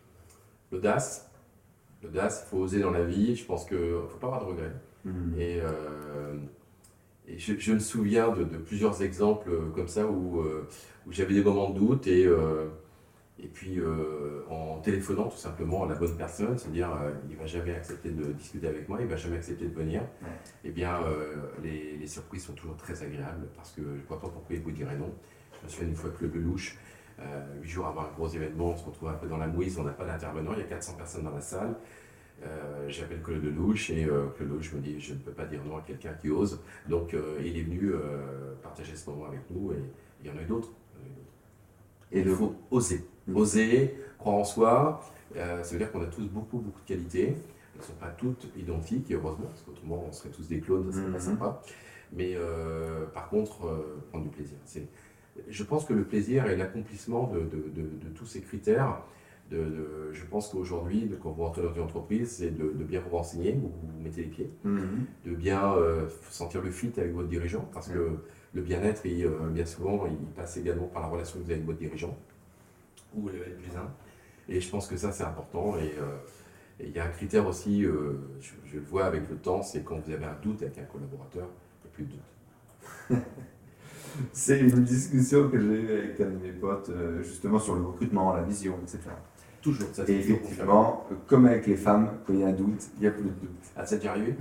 L'audace. L'audace, il faut oser dans la vie. Je pense qu'il ne faut pas avoir de regrets. Mmh. Et, euh, et je, je me souviens de, de plusieurs exemples comme ça où, euh, où j'avais des moments de doute et, euh, et puis euh, en téléphonant tout simplement à la bonne personne, c'est-à-dire euh, il ne va jamais accepter de discuter avec moi, il ne va jamais accepter de venir, Ouais. et bien euh, les, les surprises sont toujours très agréables parce que je ne vois pas pourquoi il vous dirait non. Je me souviens une fois que le Lelouch, euh, huit jours avant un gros événement, on se retrouve un peu dans la mouise, on n'a pas d'intervenant, il y a quatre cents personnes dans la salle. Euh, j'appelle Claude Lelouch et euh, Claude Lelouch me dit je ne peux pas dire non à quelqu'un qui ose, donc euh, il est venu euh, partager ce moment avec nous et il y en a eu d'autres. Et il faut oser, Mmh. oser, croire en soi, euh, ça veut dire qu'on a tous beaucoup beaucoup de qualités, elles ne sont pas toutes identiques et heureusement parce qu'autrement on serait tous des clones, ça serait Mmh. pas sympa, mais euh, par contre euh, prendre du plaisir. C'est, je pense que le plaisir est l'accomplissement de, de, de, de tous ces critères. De, de, je pense qu'aujourd'hui, de, quand vous rentrez dans une entreprise, c'est de, de bien vous renseigner, où vous mettez les pieds, Mmh. de bien euh, sentir le fit avec votre dirigeant, parce Ouais. que le bien-être, il, euh, bien souvent, il passe également par la relation que vous avez avec votre dirigeant, ou le N plus un. Et je pense que ça, c'est important. Et euh, et il y a un critère aussi, euh, je, je le vois avec le temps, c'est quand vous avez un doute avec un collaborateur, il n'y a plus de doute. C'est une discussion que j'ai eue avec un de mes potes, euh, justement sur le recrutement, la vision, et cetera. Toujours, ça Et c'est toujours confirmé. effectivement, euh, comme avec les femmes, quand il y a un doute, il n'y a plus de doute. Ah, ça t'est arrivé?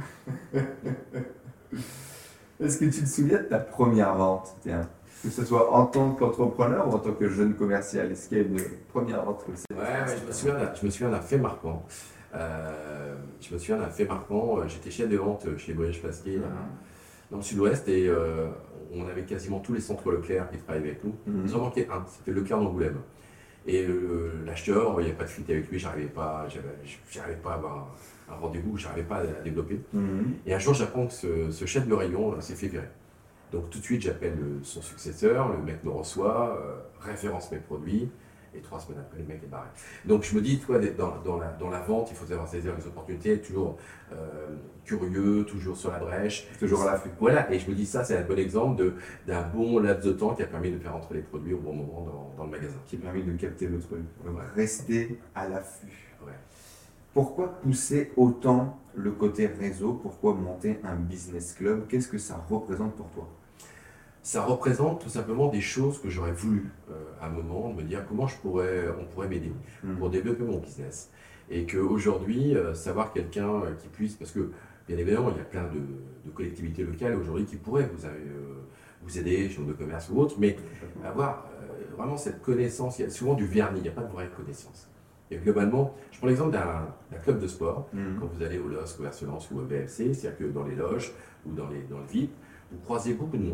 Est-ce que tu te souviens de ta première vente? Tiens, que ce soit en tant qu'entrepreneur ou en tant que jeune commercial, est-ce qu'il y a une première vente comme ça? Ouais, ouais, je me souviens d'un, je me souviens d'un fait marquant. Euh, je me souviens d'un fait marquant. J'étais chef de vente chez Voyage Pasquier, là, dans le sud-ouest, et euh, on avait quasiment tous les centres Leclerc qui travaillaient avec nous. Mhm. Il nous en manquait un, c'était Leclerc d'Angoulême. Et euh, l'acheteur, il n'y avait pas de fuite avec lui, j'arrivais pas, j'avais, j'arrivais pas à avoir un, un rendez-vous, j'arrivais pas à développer. Mhm. Et un jour, j'apprends que ce, ce chef de rayon euh, s'est fait virer. Donc tout de suite, j'appelle le- son successeur, le mec me reçoit, euh, référence mes produits, et trois semaines après, le mec est barré. Donc je me dis, toi, dans, dans, la, dans la vente, il faut savoir saisir les opportunités, être toujours euh, curieux, toujours sur la brèche. Toujours à l'affût. Voilà, et je me dis, ça, c'est un bon exemple de, d'un bon laps de temps qui a permis de faire entrer les produits au bon moment dans, dans le magasin. Qui a permis de capter le truc. Donc, Ouais. rester à l'affût. Ouais. Pourquoi pousser autant le côté réseau? Pourquoi monter un business club? Qu'est-ce que ça représente pour toi? Ça représente tout simplement des choses que j'aurais voulu euh, à un moment, de me dire comment je pourrais, on pourrait m'aider Mhm. pour développer mon business. Et qu'aujourd'hui, euh, savoir quelqu'un euh, qui puisse, parce que bien évidemment, il y a plein de, de collectivités locales aujourd'hui qui pourraient vous, euh, vous aider, chambre de commerce ou autre, mais avoir euh, vraiment cette connaissance, il y a souvent du vernis, il n'y a pas de vraie connaissance. Et globalement, je prends l'exemple d'un, d'un club de sport, Mhm. quand vous allez au L O S C, au Verselance ou au B F C, c'est-à-dire que dans les loges ou dans, les, dans le V I P, vous croisez beaucoup de monde,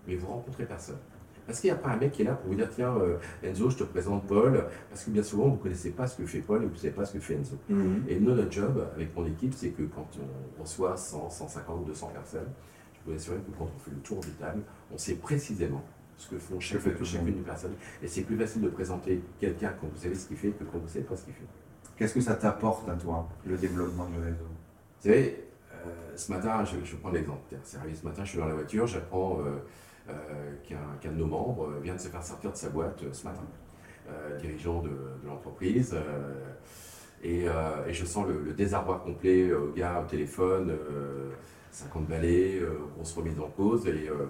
mais vous rencontrez personne. Parce qu'il n'y a pas un mec qui est là pour vous dire tiens euh, Enzo, je te présente Paul, parce que bien souvent vous ne connaissez pas ce que fait Paul et vous ne savez pas ce que fait Enzo. Mm-hmm. Et nous, notre job avec mon équipe, c'est que quand on reçoit cent, cent cinquante, deux cents personnes, je peux vous assurer que quand on fait le tour du table, on sait précisément ce que font chaque, que chacune des personnes. Et c'est plus facile de présenter quelqu'un quand vous savez ce qu'il fait que quand vous ne savez pas ce qu'il fait. Qu'est-ce que ça t'apporte à toi, le développement du réseau? Vous savez, euh, ce matin, je, je prends l'exemple. C'est arrivé ce matin, je suis dans la voiture, j'apprends euh, euh, qu'un qu'un de nos membres vient de se faire sortir de sa boîte euh, ce matin, euh, dirigeant de, de l'entreprise. Euh, et, euh, et je sens le, le désarroi complet au gars au téléphone, euh, cinquante balais, euh, grosse remise en cause. Et, euh,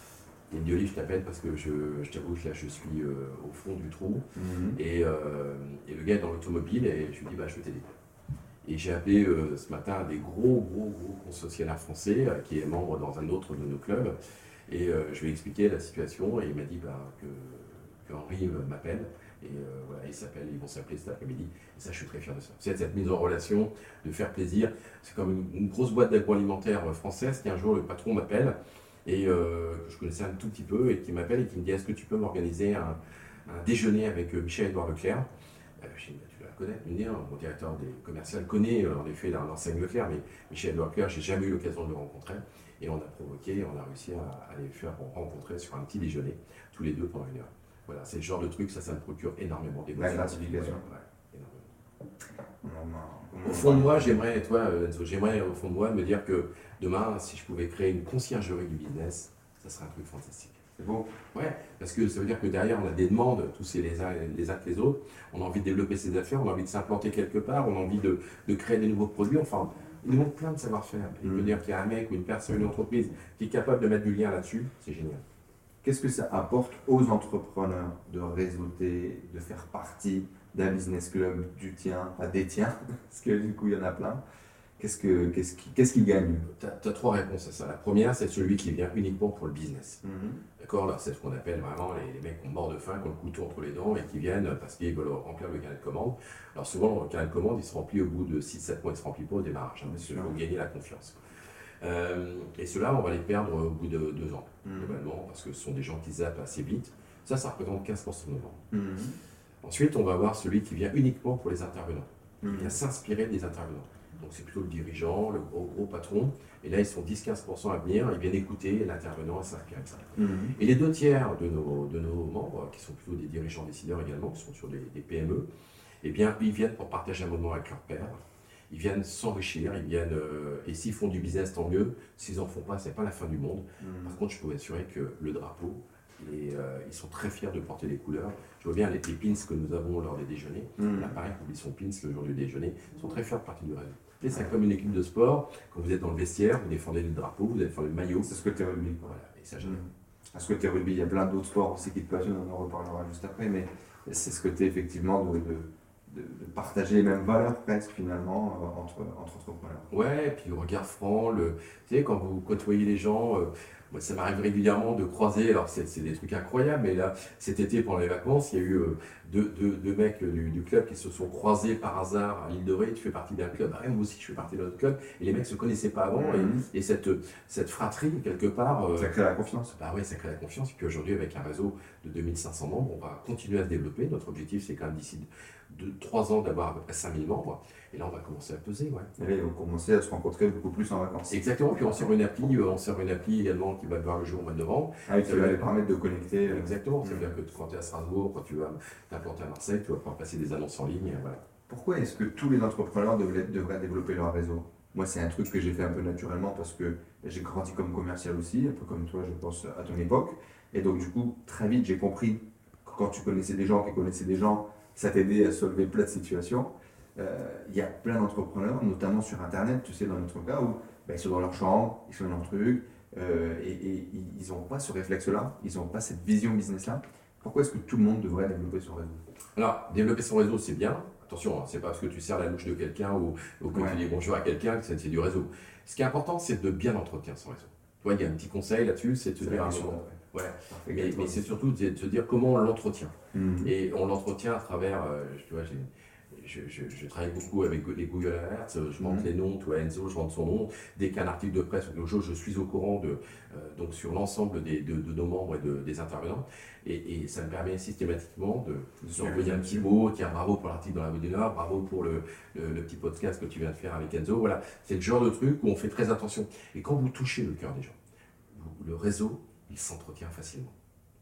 et me dit Olivier, je t'appelle parce que je, je t'avoue que là je suis euh, au fond du trou. Mm-hmm. et, euh, et le gars est dans l'automobile et je lui dis bah, je vais t'aider. Et j'ai appelé euh, ce matin un des gros, gros, gros concessionnaires français euh, qui est membre dans un autre de nos clubs. Et euh, je lui ai expliqué la situation et il m'a dit bah, que, que Henri euh, m'appelle. Et euh, voilà, ils s'appellent, ils vont s'appeler cet après-midi. Et ça, je suis très fier de ça. C'est cette mise en relation, de faire plaisir. C'est comme une, une grosse boîte d'agroalimentaire française qui un jour le patron m'appelle et euh, que je connaissais un tout petit peu et qui m'appelle et qui me dit est-ce que tu peux m'organiser un, un déjeuner avec euh, Michel-Édouard Leclerc. euh, Je dis tu la connais, il me dit, hein, mon directeur des commerciaux connaît euh, en effet l'enseigne Leclerc, mais Michel-Édouard Leclerc, j'ai jamais eu l'occasion de le rencontrer. Et on a provoqué, on a réussi à, à les faire rencontrer sur un petit déjeuner, tous les deux pendant une heure. Voilà, c'est le genre de truc, ça, ça me procure énormément d'émotions. La gratification. Ouais, énormément. Au fond de moi, j'aimerais, toi, j'aimerais au fond de moi me dire que demain, si je pouvais créer une conciergerie du business, ça serait un truc fantastique. C'est beau. Ouais, parce que ça veut dire que derrière, on a des demandes, tous les uns, les uns que les autres. On a envie de développer ses affaires, on a envie de s'implanter quelque part, on a envie de, de créer des nouveaux produits. Enfin, il nous manque plein de savoir-faire. Et mmh. de dire qu'il y a un mec ou une personne, une entreprise qui est capable de mettre du lien là-dessus, c'est génial. Qu'est-ce que ça apporte aux entrepreneurs de réseauter, de faire partie d'un business club, du tien, pas des tiens, parce que du coup il y en a plein. Qu'est-ce que, qu'est-ce qui, qu'est-ce qui gagne? Tu as trois réponses à ça. La première, c'est celui qui vient uniquement pour le business. Mm-hmm. D'accord? Là, c'est ce qu'on appelle vraiment les, les mecs qui ont mort de faim, qui ont le couteau entre les dents et qui viennent parce qu'ils veulent remplir le carnet de commande. Alors souvent, le carnet de commande, il se remplit au bout de six sept mois, il ne se remplit pas au démarrage, hein, parce qu'il faut gagner la confiance. Euh, et ceux-là, on va les perdre au bout de deux ans, mmh. globalement, parce que ce sont des gens qui zappent assez vite. Ça, ça représente quinze pour cent de nos ventes. Mmh. Ensuite, on va avoir celui qui vient uniquement pour les intervenants, mmh. qui vient s'inspirer des intervenants. Donc, c'est plutôt le dirigeant, le gros, gros patron. Et là, ils sont dix à quinze pour cent à venir, ils viennent écouter l'intervenant et s'inspirer de ça. Mmh. Et les deux tiers de nos, de nos membres, qui sont plutôt des dirigeants décideurs également, qui sont sur des, des P M E, eh bien, ils viennent pour partager un moment avec leur père. Ils viennent s'enrichir, ils viennent, euh, et s'ils font du business, tant mieux. S'ils n'en font pas, c'est pas la fin du monde. Mmh. Par contre, je peux vous assurer que le drapeau, les, euh, ils sont très fiers de porter les couleurs. Je vois bien les, les pins que nous avons lors des déjeuners. Mmh. Là, pareil, publie son pins le jour du déjeuner. Ils sont très fiers de partie du réseau. Et c'est comme une équipe de sport. Quand vous êtes dans le vestiaire, vous défendez le drapeau, vous défendez le maillot. C'est ce côté rugby. Voilà, et ça, j'aime. Mmh. À ce côté rugby, il y a plein d'autres sports aussi qui te passionnent, on en reparlera juste après, mais c'est ce côté effectivement de, de De, de partager les mêmes valeurs presque finalement euh, entre, entre entrepreneurs. Ouais, et puis le regard franc, le, tu sais, quand vous côtoyez les gens, euh, moi ça m'arrive régulièrement de croiser, alors c'est, c'est des trucs incroyables, mais là cet été pendant les vacances, il y a eu euh, deux, deux, deux mecs du, du club qui se sont croisés par hasard à l'île de Ré. Tu fais partie d'un club, ah, moi aussi je fais partie d'un autre club, et les mecs se connaissaient pas avant, mmh. et, et cette, cette fratrie quelque part. Euh, ça crée la confiance. Bah ouais, ça crée la confiance, et puis aujourd'hui avec un réseau de deux mille cinq cents membres, on va continuer à se développer. Notre objectif c'est quand même d'ici de trois ans d'avoir à peu près cinq mille membres, et là on va commencer à peser. Ouais. Et là ils vont commencer à se rencontrer beaucoup plus en vacances. Exactement, puis on sort une appli, on sort une appli également qui va voir le jour au mois de novembre. Ah oui, ça va les permettre de connecter. Exactement, mmh. c'est-à-dire que quand tu es à Strasbourg, quand tu vas t'implanter à Marseille, tu vas pouvoir passer des annonces en ligne. Voilà. Pourquoi est-ce que tous les entrepreneurs devraient, devraient développer leur réseau? Moi c'est un truc que j'ai fait un peu naturellement parce que j'ai grandi comme commercial aussi, un peu comme toi je pense à ton époque, et donc du coup très vite j'ai compris que quand tu connaissais des gens qui connaissaient des gens, ça t'aidait à soulever plein de situations. Il euh, y a plein d'entrepreneurs, notamment sur Internet, tu sais, dans notre cas, où ben, ils sont dans leur chambre, ils font leur truc, euh, et, et ils n'ont pas ce réflexe-là, ils n'ont pas cette vision business-là. Pourquoi est-ce que tout le monde devrait développer son réseau? Alors, développer son réseau, c'est bien. Attention, hein, c'est pas parce que tu serres la louche de quelqu'un ou, ou que ouais. tu dis bonjour à quelqu'un que c'est, c'est du réseau. Ce qui est important, c'est de bien entretenir son réseau. Tu vois, il y a un petit conseil là-dessus, c'est de se dire un moment. Ouais. Mais, mais c'est surtout de se dire comment on l'entretient. Mmh. Et on l'entretient à travers, euh, tu vois, j'ai, je, je, je travaille beaucoup avec les Google Alerts, je rentre Mhm. les noms, toi Enzo, je rentre son nom. Dès qu'un article de presse ou quelque chose, je suis au courant de, euh, donc sur l'ensemble des, de, de nos membres et de, des intervenants. Et, et ça me permet systématiquement de, de envoyer un petit mot, tiens, bravo pour l'article dans la Voix du Nord, bravo pour le, le, le petit podcast que tu viens de faire avec Enzo. Voilà, c'est le genre de truc où on fait très attention. Et quand vous touchez le cœur des gens, vous- le réseau, il s'entretient facilement.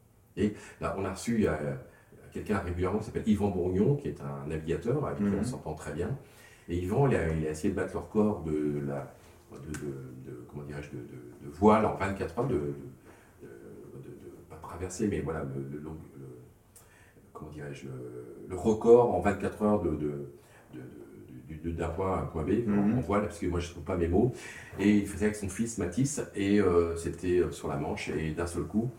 Et là, on a reçu il y a, quelqu'un régulièrement qui s'appelle Yvan Bourgnon, qui est un navigateur avec qui Mhm. on s'entend très bien. Et Yvan, il a, il a essayé de battre le record de la, de, de- de- comment dirais-je, de, de- de voile en vingt-quatre heures, de, de, de- de- de- pas traverser, mais voilà, le, le- le- le- comment dirais-je, le, le record en vingt-quatre heures de, de, de- de- de- d'un point à un point B, en, Mhm. en voile, parce que moi je ne trouve pas mes mots. Et il faisait avec son fils Mathis, et euh, c'était sur la Manche, et d'un seul coup,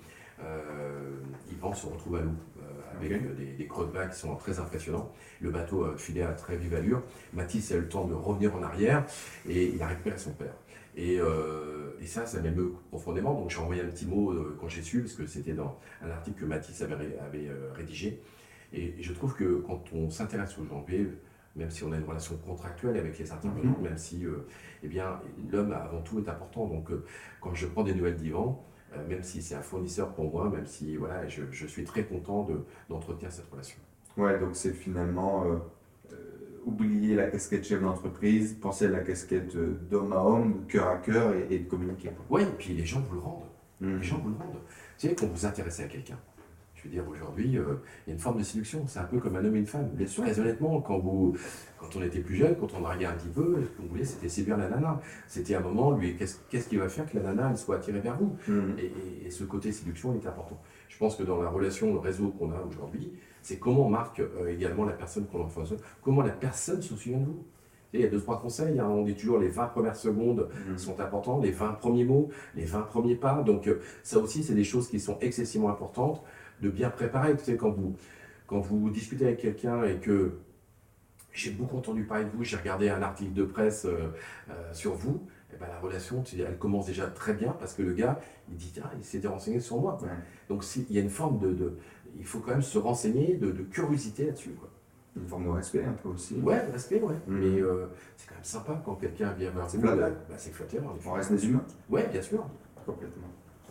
euh, Yvan se retrouve à l'eau, euh, avec Ok. euh, des, des creux de vagues qui sont très impressionnants. Le bateau euh, filait à très vive allure. Mathis a eu le temps de revenir en arrière, et il a récupéré son père. Et, euh, et ça, ça m'émeut profondément. Donc j'ai envoyé un petit mot euh, quand j'ai su, parce que c'était dans un article que Mathis avait, ré- avait euh, rédigé. Et, et je trouve que quand on s'intéresse aux gens, et même si on a une relation contractuelle avec les intervenants, Mhm. même si euh, eh bien, l'homme avant tout est important. Donc euh, quand je prends des nouvelles d'Yvan, euh, même si c'est un fournisseur pour moi, même si voilà, je, je suis très content de, d'entretenir cette relation. Ouais, donc c'est finalement euh, euh, oublier la casquette chef d'entreprise, penser à la casquette euh, d'homme à homme, de cœur à cœur et, et de communiquer. Oui, et puis les gens vous le rendent. Mhm. Les gens vous le rendent. Vous savez, quand vous vous intéressez à quelqu'un, je veux dire, aujourd'hui, euh, il y a une forme de séduction. C'est un peu comme un homme et une femme. Bien sûr. Très honnêtement, quand, vous, quand on était plus jeune, quand on draguait un petit peu, ce qu'on voulait, c'était séduire la nana. C'était un moment, lui, qu'est-ce, qu'est-ce qui va faire que la nana elle soit attirée vers vous? Mhm. Et, et- et ce côté séduction est important. Je pense que dans la relation, le réseau qu'on a aujourd'hui, c'est comment on marque euh, également la personne qu'on en face, comment la personne se souvient de vous. Et il y a deux, trois conseils, hein. On dit toujours les vingt premières secondes Mhm. sont importants, les vingt premiers mots, les vingt premiers pas. Donc euh, ça aussi, c'est des choses qui sont excessivement importantes de bien préparer. Tu sais, quand vous, quand vous discutez avec quelqu'un et que j'ai beaucoup entendu parler de vous, j'ai regardé un article de presse euh, euh, sur vous, et ben, la relation, tu sais, elle commence déjà très bien parce que le gars, il dit, tiens, il s'est renseigné sur moi. Quoi. Ouais. Donc si- il y a une forme de, de- il faut quand même se renseigner, de, de curiosité là-dessus. Quoi. Une forme de respect un peu aussi. Ouais, respect, ouais. Mhm. Mais euh, c'est quand même sympa quand quelqu'un vient vers C'est vous. flatteur. Bah, c'est flatteur. en effet. On reste des humains. Ouais, bien sûr. Complètement.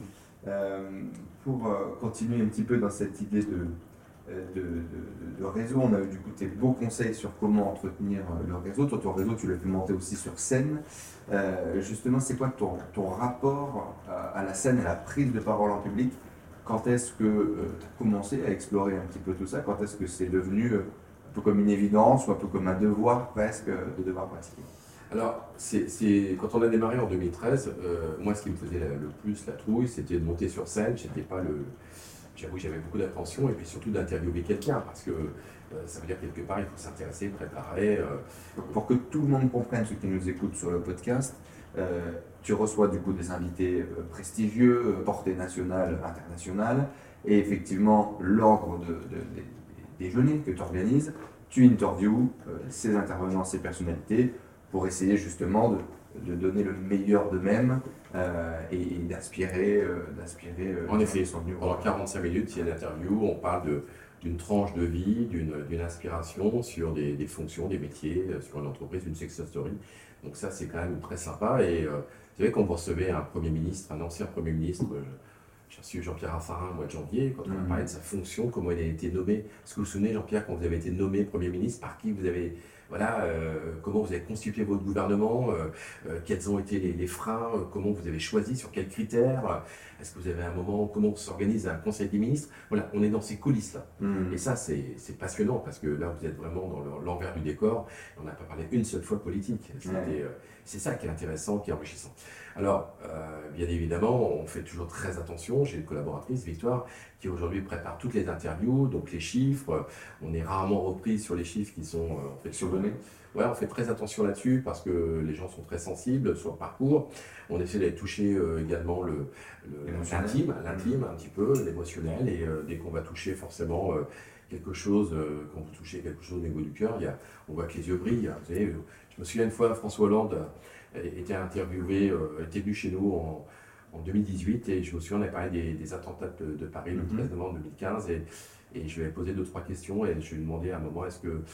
Euh, pour euh, continuer un petit peu dans cette idée de, euh, de, de- de réseau, on a eu du coup tes beaux conseils sur comment entretenir euh, le réseau. Toi, ton réseau, tu l'as fait monter aussi sur scène. Euh, justement, c'est quoi ton, ton rapport à, à la scène et à la prise de parole en public? Quand est-ce que tu as commencé à explorer un petit peu tout ça? Quand est-ce que c'est devenu euh, un peu comme une évidence ou un peu comme un devoir presque euh, de devoir pratiquer? Alors, c'est, c'est- quand on a démarré en deux mille treize, euh, moi, ce qui me faisait la- le plus la trouille, c'était de monter sur scène. J'étais pas le, j'avoue, j'avais beaucoup d'attention et puis surtout d'interviewer quelqu'un parce que euh, ça veut dire quelque part, il faut s'intéresser, préparer. euh, Pour que tout le monde comprenne, ceux qui nous écoutent sur le podcast, euh, tu reçois du coup des invités euh, prestigieux, euh, portée nationale, internationale, et effectivement, l'ordre de, de- des des déjeuners que tu organises, tu interviews euh, ces intervenants, ces personnalités, pour essayer justement de, de donner le meilleur d'eux-mêmes euh, et, et d'inspirer, euh, d'inspirer euh, En les effet, gens qui sont venus pendant voir. quarante-cinq minutes, il y a l'interview, on parle de, d'une tranche de vie, d'une, d'une inspiration sur des, des fonctions, des métiers, euh, sur une entreprise, une success story. Donc ça, c'est quand même très sympa. Et euh, vous savez, quand vous recevez un Premier ministre, un ancien Premier ministre, euh, j'ai reçu Jean-Pierre Raffarin au mois de janvier, quand on a Mhm. parlé de sa fonction, comment il a été nommé. Est-ce que vous vous souvenez, Jean-Pierre, quand vous avez été nommé Premier ministre, par qui vous avez... Voilà, euh, comment vous avez constitué votre gouvernement, euh, euh, quels ont été les, les freins, euh, comment vous avez choisi, sur quels critères, euh, est-ce que vous avez un moment, comment s'organise un conseil des ministres. Voilà, on est dans ces coulisses-là. Mhm. Et ça, c'est c'est passionnant parce que là, vous êtes vraiment dans le- l'envers du décor. On n'a pas parlé une seule fois politique. C'était, Ouais. euh, c'est ça qui est intéressant, qui est enrichissant. Alors, euh, bien évidemment, on fait toujours très attention. J'ai une collaboratrice, Victoire, qui aujourd'hui prépare toutes les interviews, donc les chiffres. On est rarement repris sur les chiffres qui sont euh, en fait Survenus. Ouais, on fait très attention là-dessus parce que les gens sont très sensibles sur le parcours. On essaie d'aller toucher euh, également le, le- L'émotionnel. l'intime, l'intime un petit peu, l'émotionnel. Et euh, dès qu'on va toucher forcément euh, quelque chose, euh, quand vous touchez quelque chose au niveau du cœur, il y a, on voit que les yeux brillent. Vous savez, euh, je me souviens une fois, François Hollande euh, était interviewé, euh, était venu chez nous en, en deux mille dix-huit et je me souviens, on avait parlé des, des attentats de, de Paris le Mhm. treize novembre deux mille quinze et, et je lui avais posé deux, trois questions et je lui ai demandé à un moment, est-ce que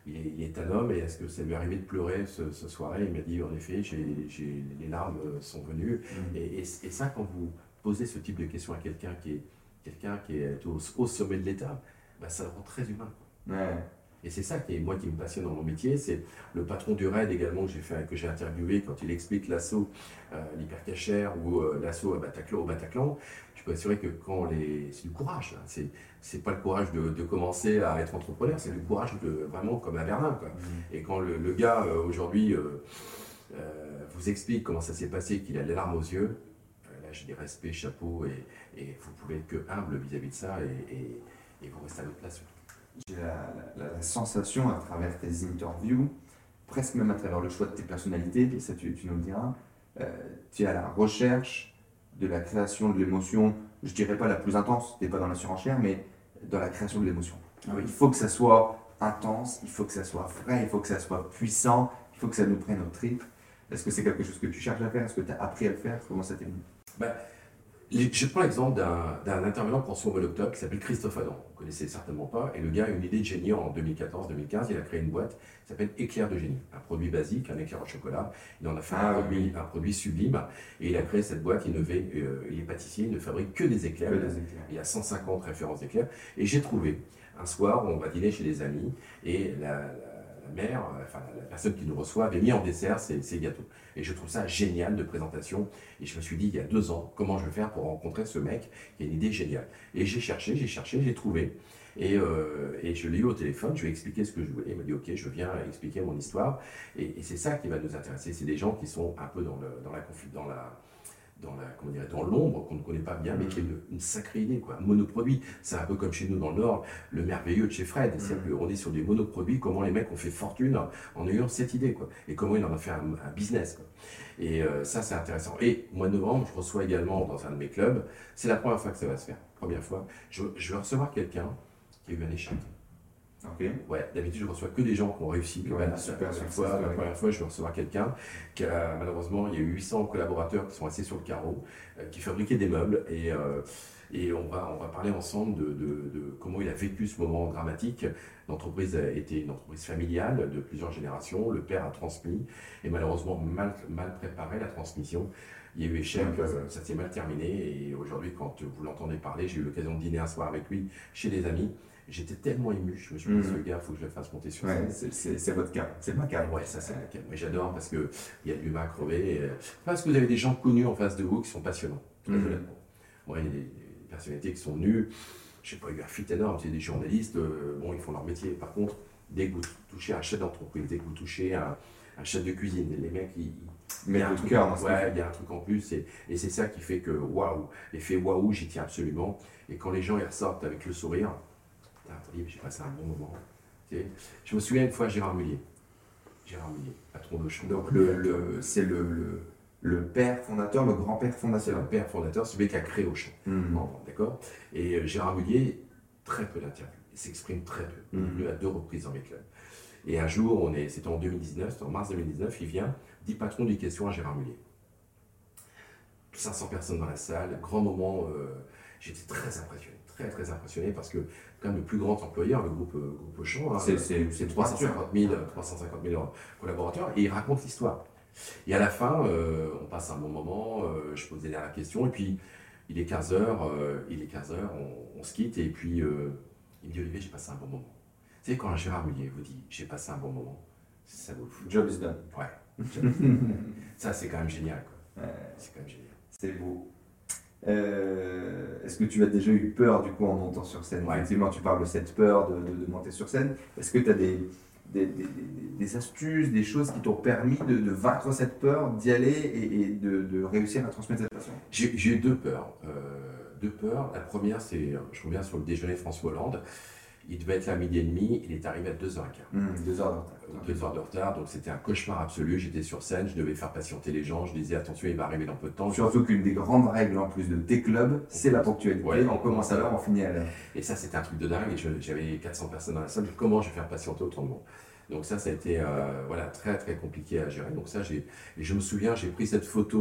il est, il est un homme et est-ce que ça lui est arrivé de pleurer ce, ce soir-là? Il m'a dit en effet, j'ai, j'ai, les larmes sont venues. Mmh. Et, et, et ça, quand vous posez ce type de questions à quelqu'un qui est, quelqu'un qui est au, au sommet de l'État, bah, ça le rend très humain. Ouais. Et c'est ça qui est, moi, qui me passionne dans mon métier, c'est le patron du raid également que j'ai fait, que j'ai interviewé quand il explique l'assaut, euh, l'hypercachère ou euh, l'assaut au Bataclan, au Bataclan. Je peux assurer que quand les, c'est du courage, là. C'est, c'est pas le courage de, de commencer à être entrepreneur, c'est du courage de vraiment comme à Berlin, quoi. Mmh. Et quand le, le gars euh, aujourd'hui euh, euh, vous explique comment ça s'est passé, qu'il a les larmes aux yeux, euh, là j'ai des respects, chapeau, et, et vous pouvez être que humble vis-à-vis de ça, et, et, et vous restez à votre place. J'ai la, la, la sensation à travers tes interviews, presque même à travers le choix de tes personnalités, et ça tu, tu nous le diras, euh, tu es à la recherche de la création de l'émotion, je dirais pas la plus intense, tu n'es pas dans la surenchère, mais dans la création de l'émotion. Ah oui. Il faut que ça soit intense, il faut que ça soit frais, il faut que ça soit puissant, il faut que ça nous prenne aux tripes. Est-ce que c'est quelque chose que tu cherches à faire? Est-ce que tu as appris à le faire? Comment ça t'est venu? Ben, je prends l'exemple d'un, d'un intervenant pour son Octobre qui s'appelle Christophe Adam. Vous ne connaissez certainement pas. Et le gars a une idée de génie en deux mille quatorze deux mille quinze. Il a créé une boîte qui s'appelle Éclair de génie. Un produit basique, un éclair au chocolat. Il en a fait ah, un, oui. produit, un produit sublime. Et il a créé cette boîte innové. Euh, il est pâtissier, il ne fabrique que des éclairs. Que des éclairs. Il y a cent cinquante références d'éclairs. Et j'ai trouvé, un soir, on va dîner chez des amis. Et la, la la mère, enfin la personne qui nous reçoit, avait mis en dessert ces, ces gâteaux. Et je trouve ça génial de présentation. Et je me suis dit, il y a deux ans, comment je vais faire pour rencontrer ce mec qui a une idée géniale. Et j'ai cherché, j'ai cherché, j'ai trouvé. Et, euh, et je l'ai eu au téléphone, je lui ai expliqué ce que je voulais. Il m'a dit, ok, je viens expliquer mon histoire. Et, et c'est ça qui va nous intéresser. C'est des gens qui sont un peu dans, le, dans la conflit, dans la... dans la, comment dire, dans l'ombre, qu'on ne connaît pas bien, mais qui est une, une sacrée idée, quoi. Un monoproduit. C'est un peu comme chez nous dans le Nord, le merveilleux de chez Fred. C'est-à-dire qu'on est sur des monoproduits, comment les mecs ont fait fortune en ayant cette idée, quoi. Et comment ils en ont fait un, un business, quoi. Et euh, ça, c'est intéressant. Et au mois de novembre, je reçois également dans un de mes clubs, c'est la première fois que ça va se faire. Première fois, je, je vais recevoir quelqu'un qui a eu un échec. Ok. Ouais, d'habitude je reçois que des gens qui ont réussi. Ouais, la, super, la, super, fois, super, la ouais. première fois, je vais recevoir quelqu'un qui a, malheureusement, il y a eu huit cents collaborateurs qui sont assis sur le carreau, euh, qui fabriquaient des meubles, et, euh, et on, va, on va parler ensemble de, de, de comment il a vécu ce moment dramatique. L'entreprise a été une entreprise familiale de plusieurs générations, le père a transmis, et malheureusement mal, mal préparé la transmission. Il y a eu échec, ouais, euh, ça s'est mal terminé, et aujourd'hui, quand vous l'entendez parler, j'ai eu l'occasion de dîner un soir avec lui chez des amis. J'étais tellement ému, je me suis dit, mmh. ce gars, il faut que je le fasse monter sur scène. Ouais, c'est, c'est, c'est votre cas, c'est ma cas. Ouais, ça c'est ma cas. Moi j'adore parce qu'il y a de l'humain crevé. Et, parce que vous avez des gens connus en face de vous qui sont passionnants, très mmh. honnêtement. Moi, il y a des, des personnalités qui sont venues, je sais pas, il y a eu un fit énorme, c'est des journalistes, euh, bon, ils font leur métier. Par contre, dès que vous touchez un chef d'entreprise, dès que vous touchez un, un chef de cuisine, les mecs, ils. Mais il y a un truc, cœur, ouais, il y a un truc en plus, et, et c'est ça qui fait que waouh, l'effet waouh, j'y tiens absolument. Et quand les gens ils ressortent avec le sourire, j'ai passé un bon moment. Je me souviens une fois Gérard Mullier. Gérard Mullier, patron d'Auchan. Donc le, le, c'est le, le, le père fondateur, le grand-père fondateur. C'est le père fondateur, celui qui a créé Auchan. Mmh. D'accord. Et euh, Gérard Mullier, très peu d'interviews. Il s'exprime très peu. Il est venu à deux reprises dans mes clubs. Et un jour, on est, c'était en deux mille dix-neuf, c'était en mars deux mille dix-neuf, il vient, dit patron d'une question à Gérard Mullier. cinq cents personnes dans la salle, grand moment, euh, j'étais très impressionné. Très très impressionné parce que quand même le plus grand employeur, le groupe, euh, groupe Auchan, hein, c'est, c'est, c'est trois cent cinquante mille collaborateurs, et il raconte l'histoire. Et à la fin, euh, on passe un bon moment, euh, je pose des dernières questions, et puis il est quinze heures, euh, il est quinze heures, on, on se quitte, et puis euh, il me dit Olivier, j'ai passé un bon moment. Vous savez, quand un Gérard Mullier vous dit j'ai passé un bon moment, ça vaut le fou. Job is done. Ouais. Ça, c'est quand même génial, quoi. Ouais. C'est quand même génial. C'est beau. Euh, est-ce que tu as déjà eu peur du coup en montant sur scène? Ouais. Effectivement, tu parles de cette peur de, de, de monter sur scène. Est-ce que tu as des, des, des, des astuces, des choses qui t'ont permis de, de vaincre cette peur, d'y aller et, et de, de réussir à transmettre cette passion? J'ai, j'ai eu deux peurs. Euh, deux peurs. La première, c'est, je reviens sur le déjeuner de François Hollande. Il devait être là à midi et demi, il est arrivé à deux heures quinze. Mmh, deux heures de retard. deux heures de retard, donc c'était un cauchemar absolu. J'étais sur scène, je devais faire patienter les gens, je disais attention, il va arriver dans peu de temps. Surtout qu'une des grandes règles en plus de tes clubs, c'est la ponctualité. Ouais, on commence à l'heure, on finit à l'heure. Et ça, c'était un truc de dingue. Et je, j'avais quatre cents personnes dans la salle, comment je vais faire patienter autant de monde? Donc ça, ça a été euh, voilà, très très compliqué à gérer. Donc ça, j'ai, et je me souviens, j'ai pris cette photo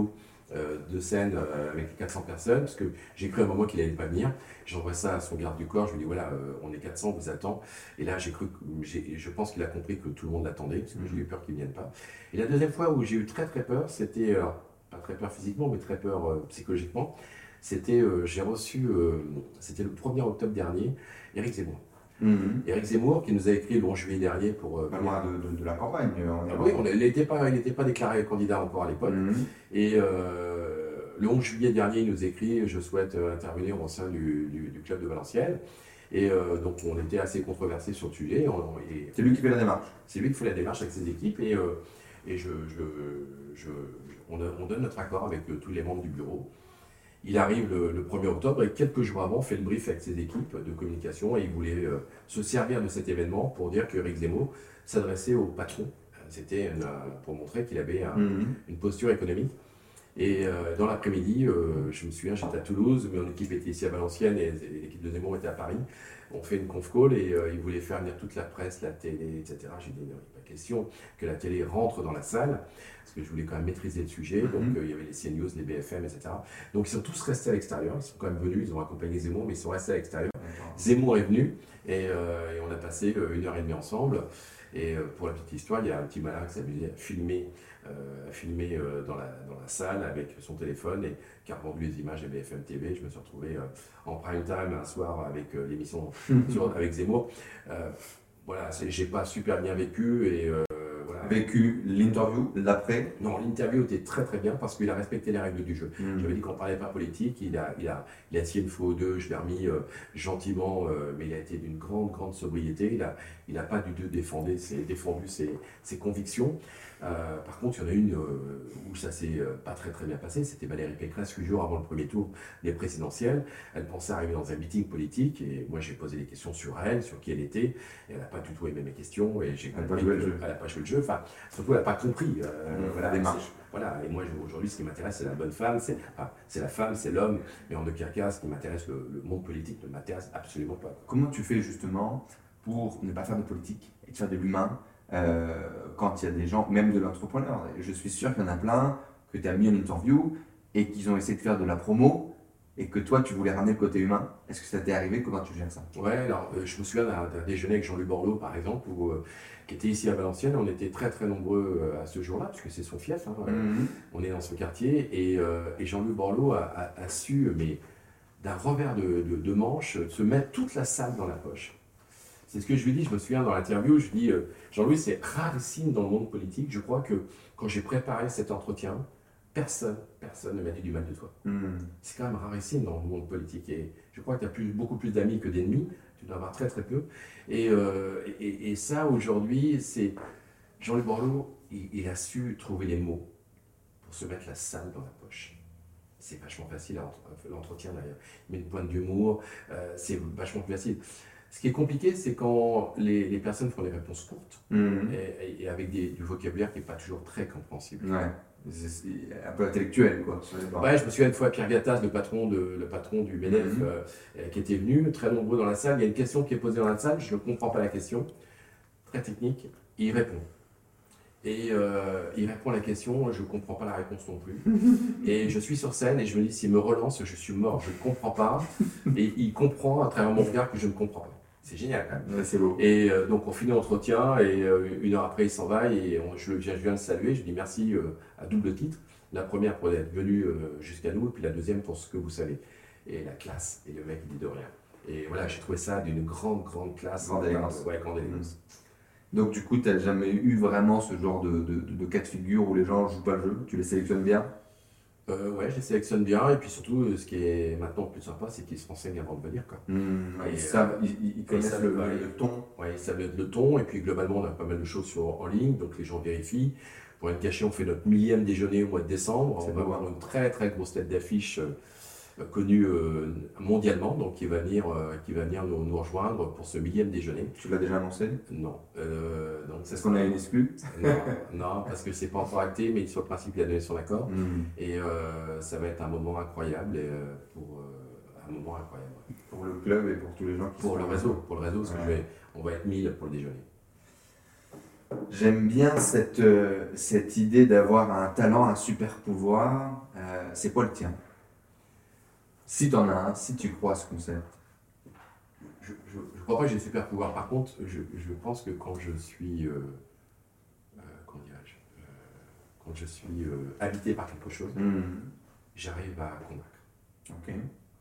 euh, de scène euh, avec quatre cents personnes, parce que j'ai cru à un moment qu'il n'allait pas venir. J'envoie ça à son garde du corps, je lui dis voilà, euh, on est quatre cents, vous attend. Et là, j'ai cru, que- j'ai- je pense qu'il a compris que tout le monde l'attendait, parce que j'ai eu peur qu'il ne vienne pas. Et la deuxième fois où j'ai eu très très peur, c'était, euh, pas très peur physiquement, mais très peur euh, psychologiquement, c'était, euh, j'ai reçu, euh, c'était le premier octobre dernier, Éric Zemmour. Mhm. Éric Zemmour qui nous a écrit le onze juillet dernier pour... euh, Pas loin de, de- de la campagne. on est Ah oui, en- on- il n'était pas, il n'était pas déclaré candidat encore à l'époque. Mhm. Et euh, le onze juillet dernier, il nous écrit « Je souhaite euh, intervenir au sein du, du- du club de Valenciennes ». Et euh, donc, on était assez controversés sur le sujet. On- et C'est lui qui fait la démarche. c'est lui qui fait la démarche avec ses équipes. Et, euh, et je, je- je- on, on donne notre accord avec euh, tous les membres du bureau. Il arrive le, le premier octobre et quelques jours avant, fait le brief avec ses équipes de communication et il voulait euh, se servir de cet événement pour dire qu'Éric Zemmour s'adressait au patron. C'était une, euh, pour montrer qu'il avait un- Mhm. une posture économique. Et euh, dans l'après-midi, euh, je me souviens, j'étais à Toulouse, mon équipe était ici à Valenciennes et, et l'équipe de Zemmour était à Paris. On fait une conf call et euh, il voulait faire venir toute la presse, la télé, et cetera. J'ai dit non, il n'est pas question que la télé rentre dans la salle, parce que je voulais quand même maîtriser le sujet. Donc Mhm. euh, il y avait les C N News, les B F M, et cetera. Donc ils sont tous restés à l'extérieur, ils sont quand même venus, ils ont accompagné Zemmour, mais ils sont restés à l'extérieur. Zemmour est venu et, euh, et on a passé euh, une heure et demie ensemble. Et euh, pour la petite histoire, il y a un petit malin qui s'amusait à filmer, euh, à filmer euh, dans, la, dans la salle avec son téléphone et qui a rendu les images à B F M T V. Je me suis retrouvé euh, en prime time un soir avec euh, l'émission sur- avec Zemmour. Euh, voilà, c'est- j'ai pas super bien vécu et euh, voilà. Vécu l'interview, l'après. Non, l'interview était très très bien parce qu'il a respecté les règles du jeu. Mhm. J'avais dit qu'on ne parlait pas politique, il a, il a, il a essayé une fois ou deux, je l'ai remis euh, gentiment, euh, mais il a été d'une grande, grande sobriété. Il n'a il a pas du tout défendu ses, défendu ses, ses convictions. Euh, par contre, il y en a une euh, où ça s'est euh, pas très très bien passé, c'était Valérie Pécresse, huit jours avant le premier tour des présidentielles. Elle pensait arriver dans un meeting politique et moi j'ai posé des questions sur elle, sur qui elle était, et elle n'a pas du tout aimé mes questions et j'ai Elle n'a pas compris joué le que- jeu. Elle n'a pas joué le jeu, enfin, surtout elle n'a pas compris. euh, Mmh, voilà, la démarche. c'est- Voilà, et moi je- aujourd'hui ce qui m'intéresse c'est la bonne femme, c'est enfin, c'est la femme, c'est l'homme, mais en aucun cas ce qui m'intéresse, le, le monde politique ne m'intéresse absolument pas. Comment tu fais justement pour ne pas faire de politique et de faire de l'humain euh, quand il y a des gens, même de l'entrepreneur? Je suis sûr qu'il y en a plein que tu as mis en interview et qu'ils ont essayé de faire de la promo et que toi tu voulais ramener le côté humain. Est-ce que ça t'est arrivé? Comment tu gères ça? Ouais, alors euh, je me souviens d'un d'un déjeuner avec Jean-Luc Borloo par exemple, où, euh, qui était ici à Valenciennes, on était très très nombreux euh, à ce jour-là, parce que c'est son fief, hein, euh, Mhm. on est dans ce quartier, et, euh, et Jean-Luc Borloo a, a- a su, mais d'un revers de, de- de manche, se mettre toute la salle dans la poche. C'est ce que je lui dis, je me souviens dans l'interview, je dis, euh, Jean-Louis, c'est rarissime dans le monde politique, je crois que quand j'ai préparé cet entretien, personne, personne ne m'a dit du mal de toi. Mhm. C'est quand même rarissime dans le monde politique, et je crois que tu as plus, beaucoup plus d'amis que d'ennemis, tu dois en avoir très très peu, et, euh, et, et ça aujourd'hui, c'est, Jean-Luc Borloo, il, il a su trouver les mots pour se mettre la salle dans la poche. C'est vachement facile à entre- l'entretien d'ailleurs. Il met une pointe d'humour, euh, c'est vachement plus facile. Ce qui est compliqué, c'est quand les, les personnes font des réponses courtes Mhm. et, et avec des- du vocabulaire qui n'est pas toujours très compréhensible. Ouais. C'est c'est un peu intellectuel quoi. sur les bords. Ouais, je me souviens une fois Pierre Gattaz, le patron, de, le patron du B N F, Mhm. euh, euh, qui était venu, très nombreux dans la salle. Il y a une question qui est posée dans la salle, je ne comprends pas la question, très technique, et il répond. Et euh, il répond à la question, je ne comprends pas la réponse non plus. Et je suis sur scène et je me dis, s'il me relance, je suis mort, je ne comprends pas. Et il comprend à travers mon regard que je ne comprends pas. C'est génial quand même. Ouais, c'est beau. Et euh, donc on finit l'entretien et euh, une heure après il s'en va et on- je, le- je viens de saluer, je lui dis merci euh, à double titre. La première pour être venu euh, jusqu'à nous et puis la deuxième pour ce que vous savez. Et la classe, et le mec il dit de rien. Et voilà, j'ai trouvé ça d'une grande, grande classe. Grande élégance. Ouais, grande élégance. Donc du coup, tu n'as jamais eu vraiment ce genre de, de, de cas de figure où les gens jouent pas le jeu, tu les sélectionnes bien? Euh, ouais, je les sélectionne bien et puis surtout euh, ce qui est maintenant plus sympa c'est qu'ils se renseignent avant de venir. Quoi. Mmh, Et, ils, savent, ils, ils- ils connaissent savent le, pas, le- ils- le ton. Ouais, ils savent le, le ton et puis globalement on a pas mal de choses sur, en ligne donc les gens vérifient. Pour être caché, on fait notre millième déjeuner au mois de décembre. C'est On va beau, avoir hein. une très très grosse tête d'affiche euh, euh, connue euh, mondialement, donc qui va venir, euh, qui va venir nous, nous rejoindre pour ce millième déjeuner. Tu l'as déjà annoncé? Non. Euh, donc ça Est-ce qu'on a une exclue? non, non, parce que c'est pas encore acté, mais sur le principe il a donné son accord. Mmh. Et euh, ça va être un moment incroyable et, euh, pour euh, un moment incroyable. Pour le club et pour tous les gens qui Pour sont le réseau, pour le réseau, parce que Ouais. je vais, on va être mille pour le déjeuner. J'aime bien cette, euh, cette idée d'avoir un talent, un super pouvoir. Euh, Euh, c'est quoi le tien? Si tu en as un, si tu crois à ce concept. Je ne crois pas que j'ai des super pouvoirs. Par contre, je, je pense que quand je suis, euh, euh, comment dirais-je, euh, quand je suis euh, habité par quelque chose, Mmh. j'arrive à convaincre. Ok.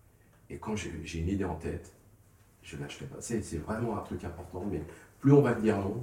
Et quand j'ai j'ai une idée en tête, je ne lâcherai pas. C'est c'est vraiment un truc important, mais plus on va me dire non,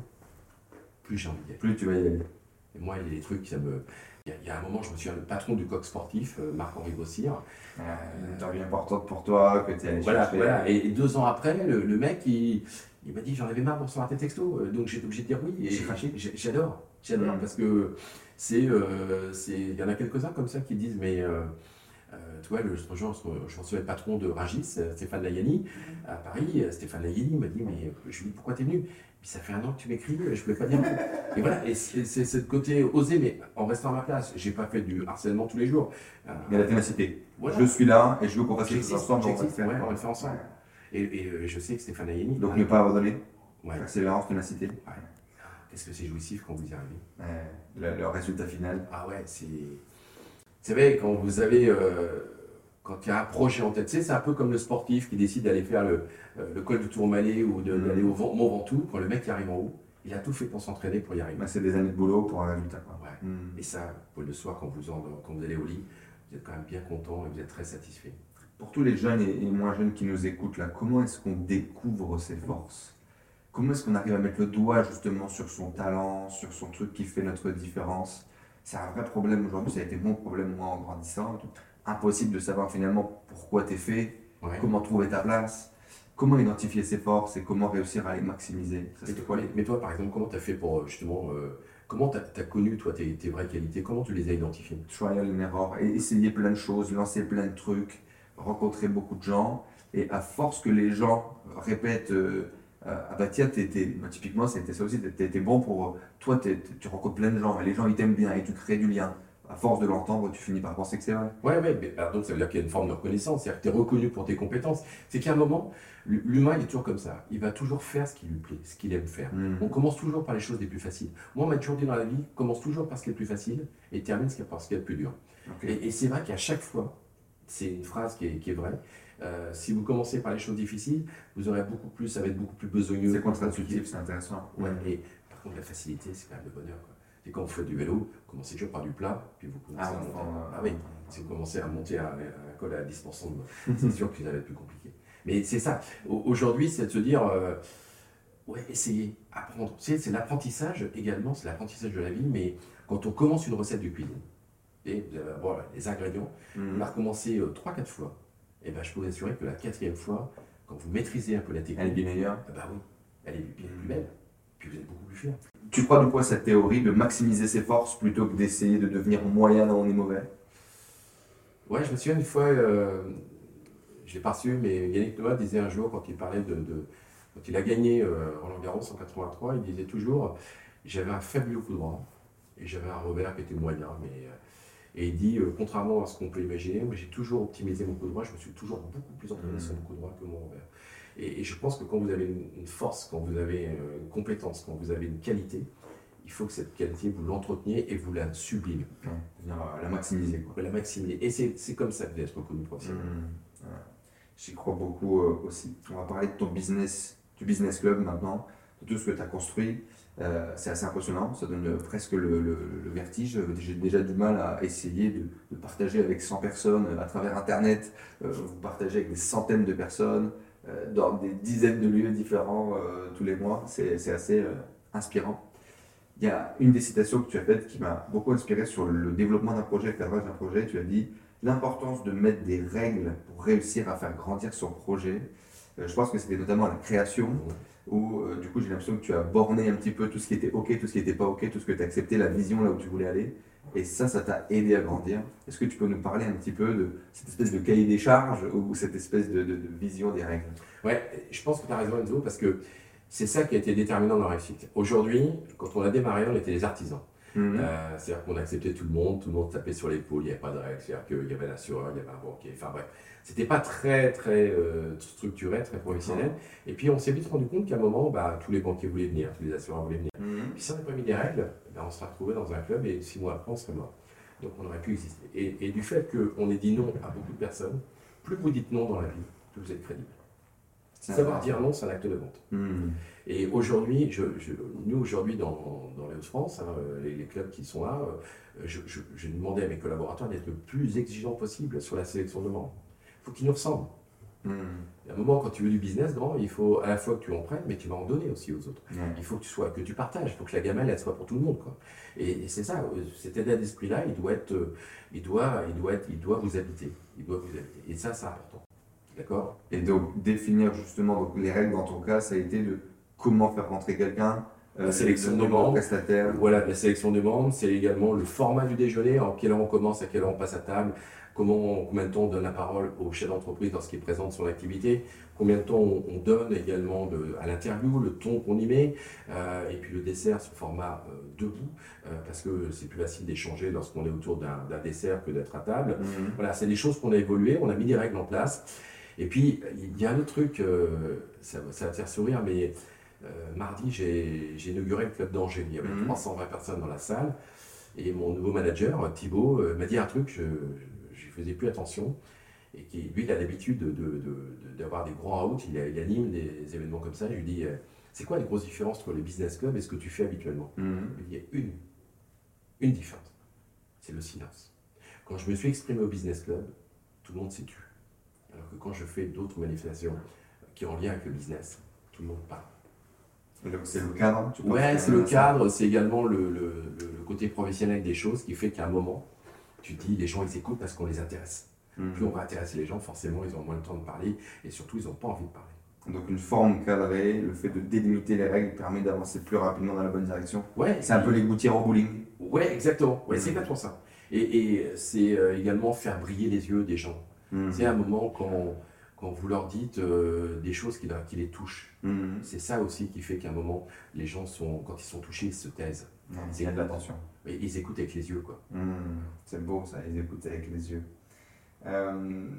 plus j'ai envie d'y aller. Plus tu vas y aller. Et moi, il y a des trucs, ça me... Il y, a, il y a un moment, je me souviens, le patron du coq sportif, euh, Marc-Henri Grossir. Euh, une interview importante pour toi, que tu es allé Voilà, chercher. voilà. Et deux ans après, le, le mec, il, il m'a dit j'en avais marre de recevoir tes textos. Euh, Donc j'étais obligé de dire oui. Et J'ai craché. j'ai- j'adore, j'adore, Mm. parce que c'est, euh, c'est, il y en a quelques-uns comme ça qui disent mais euh, euh, tu vois, l'autre jour, je recevais le patron de Ragis, euh, Stéphane Layani, à Paris. Euh, Stéphane Layani m'a dit mais je lui dis pourquoi t'es venu? Puis ça fait un an que tu m'écris, je ne pouvais pas dire non. Et voilà, et c'est c'est ce côté osé, mais en restant à ma place. J'ai pas fait du harcèlement tous les jours. Euh, Il y a la ténacité. voilà. Je suis là et je veux qu'on fasse quelque chose J'existe, ensemble. on va le j'existe, faire. ouais, on va le faire ensemble. Et, et, euh, je sais que Stéphane Ayeni. Donc ne pas abandonner. Ouais. Persévérance, ténacité. Qu'est-ce que c'est jouissif quand vous y arrivez. Euh, le, le résultat final. Ah ouais, c'est. Vous savez, quand vous avez. Euh, quand il y a un projet en tête, tu sais, c'est un peu comme le sportif qui décide d'aller faire le, euh, le col du Tourmalet ou de- Mhm. d'aller au Vent- Mont Ventoux. Quand le mec y arrive en haut, il a tout fait pour s'entraîner pour y arriver. Bah, c'est des années de boulot pour un résultat. Quoi. Ouais. Mm. Et ça, le soir, quand vous, en- quand vous allez au lit, vous êtes quand même bien content et vous êtes très satisfait. Pour tous les jeunes et, et moins jeunes qui nous écoutent, là, comment est-ce qu'on découvre ses forces? Comment est-ce qu'on arrive à mettre le doigt justement sur son talent, sur son truc qui fait notre différence? C'est un vrai problème aujourd'hui, ça a été mon problème moi en grandissant. Impossible de savoir finalement pourquoi tu es fait, Ouais. comment trouver ta place, comment identifier ses forces et comment réussir à les maximiser. Ça, Mais, c'était quoi mais- les... mais toi, par exemple, comment tu as fait pour euh, justement. Euh, comment tu as connu, toi, tes, tes vraies qualités? Comment tu les as identifiées? Trial and error, et essayer plein de choses, lancer plein de trucs, rencontrer beaucoup de gens, et à force que les gens répètent euh, euh, ah bah tiens, t'es, t'es- bah, typiquement c'était ça aussi, t'es, t'es bon pour, toi t'es- t'es- tu rencontres plein de gens, et les gens ils t'aiment bien, et tu crées du lien. À force de l'entendre, tu finis par penser que c'est vrai. Ouais, ouais, mais alors, donc ça veut dire qu'il y a une forme de reconnaissance, c'est-à-dire que tu es reconnu pour tes compétences. C'est qu'à un moment, l- l'humain il est toujours comme ça. Il va toujours faire ce qui lui plaît, ce qu'il aime faire. Mm. On commence toujours par les choses les plus faciles. Moi, on m'a toujours dit dans la vie, commence toujours par ce qui est le plus facile et termine ce qui est- par ce qui est le plus dur. Ok. Et, et c'est vrai qu'à chaque fois, c'est une phrase qui est, qui est vraie. Euh, si vous commencez par les choses difficiles, vous aurez beaucoup plus, ça va être beaucoup plus besogneux. C'est contre-intuitif, c'est intéressant. Ouais, et par contre, la facilité, c'est quand même le bonheur, quoi. Et quand vous faites du vélo, vous commencez toujours par du plat, puis vous commencez Ah, à monter. enfin, Ah oui, si vous commencez à monter à un col à dix pour cent, de- c'est sûr que ça va être plus compliqué. Mais c'est ça. Au- Aujourd'hui, c'est de se dire, euh, ouais, essayez, apprendre. Tu sais, c'est l'apprentissage également, c'est l'apprentissage de la vie, mais quand on commence une recette de cuisine, et euh, voilà, les ingrédients, Mm. on va recommencer trois quatre fois, et ben, je peux vous assurer que la quatrième fois, quand vous maîtrisez un peu la Elle est technique, bien meilleure. ah bah oui, elle est bien plus belle, puis vous êtes beaucoup plus fier. Tu crois de quoi cette théorie de maximiser ses forces plutôt que d'essayer de devenir moyen là où on est mauvais? Ouais, je me souviens une fois, euh, je l'ai pas reçu, mais Yannick Noah disait un jour, quand il parlait de. de- quand il a gagné euh, Roland Garros en quatre-vingt-trois, il disait toujours j'avais un fabuleux coup droit et j'avais un revers qui était moyen. Mais, euh, et il dit euh, contrairement à ce qu'on peut imaginer, moi j'ai toujours optimisé mon coup droit, je me suis toujours beaucoup plus entraîné Mhm. sur mon coup droit que mon revers. Et, et je pense que quand vous avez une, une force, quand vous avez euh, une compétence, quand vous avez une qualité, il faut que cette qualité, vous l'entreteniez et vous la sublimez. Ouais, devenir, euh, la maximiser quoi. Vous la maximiser. Et c'est c'est comme ça que vous êtes reconnu professionnellement. Mmh, ouais. J'y crois beaucoup euh, aussi. On va parler de ton business, du business club maintenant, de tout ce que tu as construit. Euh, c'est assez impressionnant, ça donne euh, presque le, le- le vertige. J'ai déjà du mal à essayer de, de partager avec cent personnes euh, à travers Internet. Euh, vous partagez avec des centaines de personnes euh, dans des dizaines de lieux différents euh, tous les mois. C'est c'est assez euh, inspirant. Il y a une des citations que tu as faites qui m'a beaucoup inspiré sur le développement d'un projet, le cadrage d'un projet. Tu as dit l'importance de mettre des règles pour réussir à faire grandir son projet. Euh, je pense que c'était notamment à la création où euh, du coup j'ai l'impression que tu as borné un petit peu tout ce qui était ok, tout ce qui n'était pas ok, tout ce que tu as accepté, la vision là où tu voulais aller. Et ça, ça t'a aidé à grandir. Est-ce que tu peux nous parler un petit peu de cette espèce de cahier des charges ou cette espèce de, de- de vision des règles? Ouais, je pense que tu as raison Enzo, parce que c'est ça qui a été déterminant dans la réussite. Aujourd'hui, quand on a démarré, on était des artisans. Mhm. Euh, c'est-à-dire qu'on acceptait tout le monde, tout le monde tapait sur l'épaule, il n'y avait pas de règles, c'est-à-dire qu'il y avait un assureur, il y avait un banquier, enfin bref. C'était pas très, très euh, structuré, très professionnel. Et puis on s'est vite rendu compte qu'à un moment, bah, tous les banquiers voulaient venir, tous les assureurs voulaient venir. Mhm. Puis si on n'a pas mis des règles, ben, on se retrouvait dans un club et six mois après, on serait mort. Donc on aurait pu exister. Et, et du fait qu'on ait dit non à beaucoup de personnes, plus vous dites non dans la vie, plus vous êtes crédible. Savoir dire non, c'est un acte de vente. Mmh. Et aujourd'hui, je, je, nous aujourd'hui dans, dans les Hauts-de-France, hein, les, les clubs qui sont là, je, je, je demandais à mes collaborateurs d'être le plus exigeant possible sur la sélection de membres. Il faut qu'ils nous ressemblent. Mmh. À un moment, quand tu veux du business grand, il faut à la fois que tu en prennes, mais tu vas en donner aussi aux autres. Mmh. Il faut que tu, sois, que tu partages, il faut que la gamelle, elle soit pour tout le monde, quoi. Et, et c'est ça, cet état d'esprit-là, il doit être, il doit, il doit être, il doit vous habiter. Il doit vous habiter. Et ça, c'est important. D'accord ? Et donc, définir justement donc, les règles dans ton cas, ça a été de comment faire rentrer quelqu'un, la sélection le des nombre de membres. prestataires. Voilà, la sélection des membres, c'est également le format du déjeuner, en quelle heure on commence, à quelle heure on passe à table, comment, combien de temps on donne la parole au chef d'entreprise lorsqu'il présente son activité, combien de temps on, on donne également de, à l'interview, le ton qu'on y met, euh, et puis le dessert sous format euh, debout, euh, parce que c'est plus facile d'échanger lorsqu'on est autour d'un d'un dessert que d'être à table. Mmh. Voilà, c'est des choses qu'on a évolué, on a mis des règles en place. Et puis, il y a un autre truc, euh, ça, ça va te faire sourire, mais euh, mardi, j'ai j'ai inauguré le club d'Angers. Il y avait Mhm. trois cent vingt personnes dans la salle. Et mon nouveau manager, Thibaut, euh, m'a dit un truc, je ne faisais plus attention. Et qui, lui, il a l'habitude d'avoir de, de, de, d'avoir des grands outs, il, il anime des événements comme ça. Je lui dis, euh, c'est quoi les grosses différences entre les business clubs et ce que tu fais habituellement? Mmh. Il me dit, il y a une, une différence, c'est le silence. Quand je me suis exprimé au business club, tout le monde s'est tu. Alors que quand je fais d'autres manifestations qui ont en lien avec le business, tout le monde parle. Et donc, c'est le cadre. Tu penses Ouais, que c'est le ça- cadre, c'est également le, le, le côté professionnel des choses qui fait qu'à un moment, tu te dis, les gens ils écoutent parce qu'on les intéresse. Mmh. Plus on va intéresser les gens, forcément ils ont moins de temps de parler et surtout ils n'ont pas envie de parler. Donc, une forme cadrée, le fait de délimiter les règles permet d'avancer plus rapidement dans la bonne direction. Ouais, C'est un peu les gouttières au bowling. Ouais, exactement. Ouais, Mmh. c'est exactement ça. Et, et c'est euh, également faire briller les yeux des gens. Mmh. C'est un moment quand, quand vous leur dites euh, des choses qui, qui les touchent. Mmh. C'est ça aussi qui fait qu'à un moment, les gens, sont, quand ils sont touchés, ils se taisent. Ouais, il y a de l'attention. Et ils écoutent avec les yeux, quoi. Mmh. C'est beau ça, ils écoutent avec les yeux. Euh...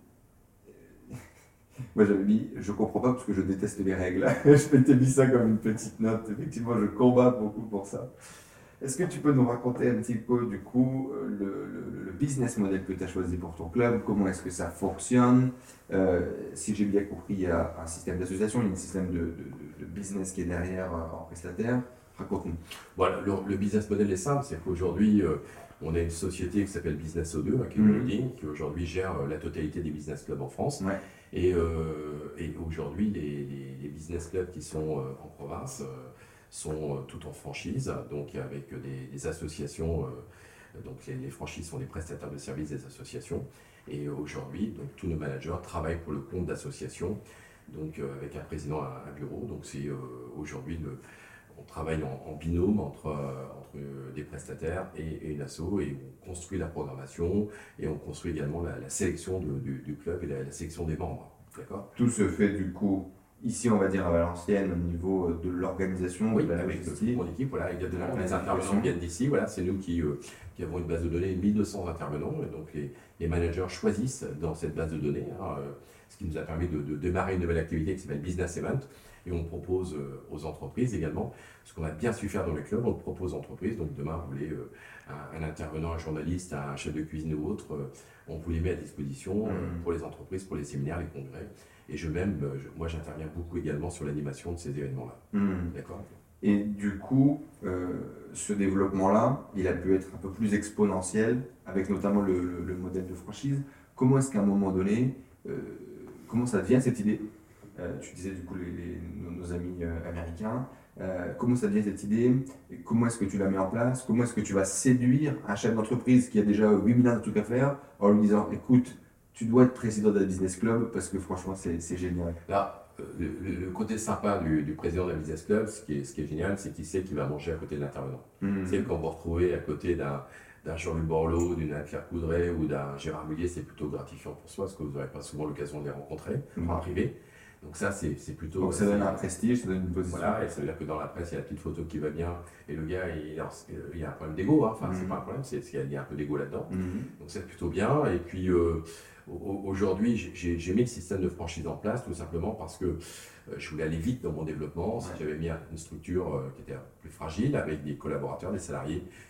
Moi j'avais mis, je comprends pas parce que je déteste les règles. Je m'étais mis ça comme une petite note. Effectivement, je combats beaucoup pour ça. Est-ce que tu peux nous raconter un petit peu du coup le, le, le business model que tu as choisi pour ton club? Comment est-ce que ça fonctionne? euh, Si j'ai bien compris, il y a un système d'association, il y a un système de, de, de business qui est derrière euh, en prestataire. Raconte-nous. Voilà, le, le business model est simple, c'est qu'aujourd'hui, euh, on a une société qui s'appelle Business O deux, hein, qui est une Mhm. holding, qui aujourd'hui gère euh, la totalité des business clubs en France. Ouais. Et, euh, et aujourd'hui, les, les, les business clubs qui sont euh, en province euh, sont euh, tout en franchise, donc avec des, des associations. Euh, donc les, les franchises sont des prestataires de services des associations. Et aujourd'hui, donc tous nos managers travaillent pour le compte d'associations, donc euh, avec un président à un bureau. Donc c'est euh, aujourd'hui le on travaille en, en binôme entre, euh, entre des prestataires et, et une asso et on construit la programmation et on construit également la, la sélection de- du, du club et la, la sélection des membres. D'accord ? Tout se fait du coup ici, on va dire à Valenciennes, au niveau de l'organisation, Oui, de la avec logistique. mon équipe, voilà, exactement. La Les intervenants distribution. viennent d'ici, voilà, c'est nous qui, euh, qui avons une base de données, mille deux cents intervenants, et donc les, les managers choisissent dans cette base de données, hein, euh, ce qui nous a permis de, de démarrer une nouvelle activité qui s'appelle Business Event, et on propose euh, aux entreprises également, ce qu'on a bien su faire dans le club, on le propose aux entreprises, donc demain vous voulez euh, un, un intervenant, un journaliste, un chef de cuisine ou autre, euh, on vous les met à disposition euh, Mhm. pour les entreprises, pour les séminaires, les congrès, et je même, euh, je- moi j'interviens beaucoup également sur l'animation de ces événements-là. Hmm. D'accord ? Et du coup, euh, ce développement-là, il a pu être un peu plus exponentiel, avec notamment le, le- le modèle de franchise. Comment est-ce qu'à un moment donné, euh, comment ça vient cette idée? Euh, Tu disais du coup les, les- nos, nos amis euh, américains. Euh, comment ça devient cette idée? Et comment est-ce que tu la mets en place? Comment est-ce que tu vas séduire un chef d'entreprise qui a déjà huit mille de trucs à faire en lui disant écoute, tu dois être président d'un business club parce que franchement c'est c'est génial. Là, euh, le, le côté sympa du, du président d'un business club, ce qui est, ce qui est génial, c'est qu'il sait qu'il va manger à côté de l'intervenant. Hmm. C'est quand vous vous retrouvez à côté d'un d'un Jean-Luc Borloo, d'une Claire Coudray ou d'un Gérard Mullier, c'est plutôt gratifiant pour soi parce que vous n'aurez pas souvent l'occasion de les rencontrer Mhm. en privé. Donc ça, c'est c'est plutôt... Donc ça donne c'est- un prestige, ça donne une position. Voilà, et ça veut dire que dans la presse, il y a la petite photo qui va bien, et le gars, il, alors, c'est- il y a un problème d'ego, hein. Enfin, c'est Mhm. pas un problème, c'est qu'il y a- il y a un peu d'ego là-dedans. Mhm. Donc c'est plutôt bien. Et puis euh, au- aujourd'hui, j'ai j'ai mis le système de franchise en place tout simplement parce que euh, je voulais aller vite dans mon développement. Si Ouais. j'avais mis une structure euh, qui était plus fragile avec des collaborateurs, des salariés,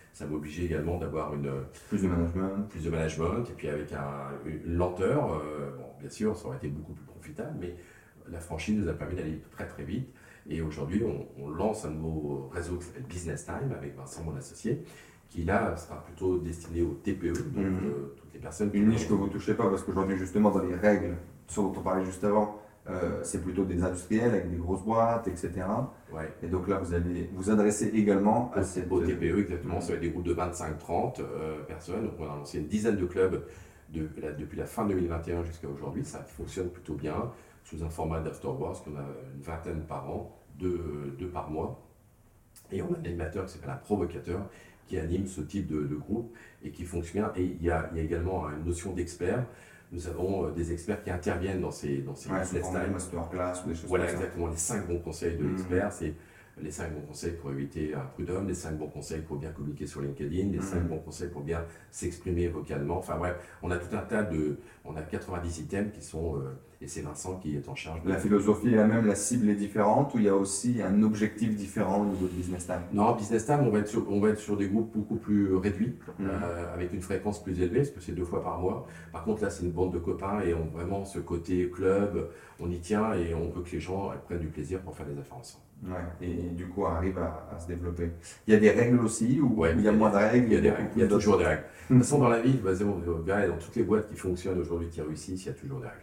ça m'obligeait également d'avoir une plus de management, plus de management, et puis avec un, une lenteur. Euh, bon, bien sûr, ça aurait été beaucoup plus profitable, mais la franchise nous a permis d'aller très très vite. Et aujourd'hui, on, on lance un nouveau réseau qui s'appelle Business Time avec Vincent, mon associé, qui là sera plutôt destiné aux T P E, donc Mhm. euh, toutes les personnes. qui une niche ont- que vous ne touchez pas parce qu'aujourd'hui, justement, dans les règles sur dont on parlait juste avant, euh, c'est plutôt des industriels avec des grosses boîtes, et cetera. Ouais. Et donc là, vous allez vous adresser également à cette. Au T P E, exactement, Mhm. ça va être des groupes de vingt-cinq à trente euh, personnes. Donc on a lancé une dizaine de clubs de, la- depuis la fin deux mille vingt et un jusqu'à aujourd'hui. Ça fonctionne plutôt bien, sous un format d'afterworks, qu'on a une vingtaine par an, deux, deux par mois. Et on a un animateur qui s'appelle un provocateur qui anime ce type de, de groupe et qui fonctionne bien. Et il y a, il y a également une notion d'expert. Nous avons euh, des experts qui interviennent dans ces, dans ces Ouais, sous business format de time. masterclass ou des choses Voilà comme ça. exactement les cinq bons conseils de Mhm. l'expert. C'est les cinq bons conseils pour éviter un prud'homme, les cinq bons conseils pour bien communiquer sur LinkedIn, les cinq Mhm. bons conseils pour bien s'exprimer vocalement. Enfin bref, on a tout un tas de... On a quatre-vingt-dix items qui sont... euh, et c'est Vincent qui est en charge de... La philosophie est la même, la cible est différente ou il y a aussi un objectif différent au niveau de Business Time? Non, Business Time, on va être sur, on va être sur des groupes beaucoup plus réduits, Mhm. euh, avec une fréquence plus élevée, parce que c'est deux fois par mois. Par contre, là, c'est une bande de copains et on vraiment ce côté club, on y tient et on veut que les gens prennent du plaisir pour faire des affaires ensemble. Ouais, et du coup, on arrive à, à se développer. Il y a des règles aussi ou Ouais, il y a moins de règles? Il y a des beaucoup règles, il y a plus toujours d'autres- des règles. De toute façon, dans la vie, basé au gars, et dans toutes les boîtes qui fonctionnent aujourd'hui, qui réussissent, il y a toujours des règles.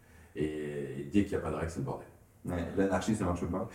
Et dès qu'il n'y a pas de règles, c'est le bordel. Ouais, l'anarchie, ça marche pas.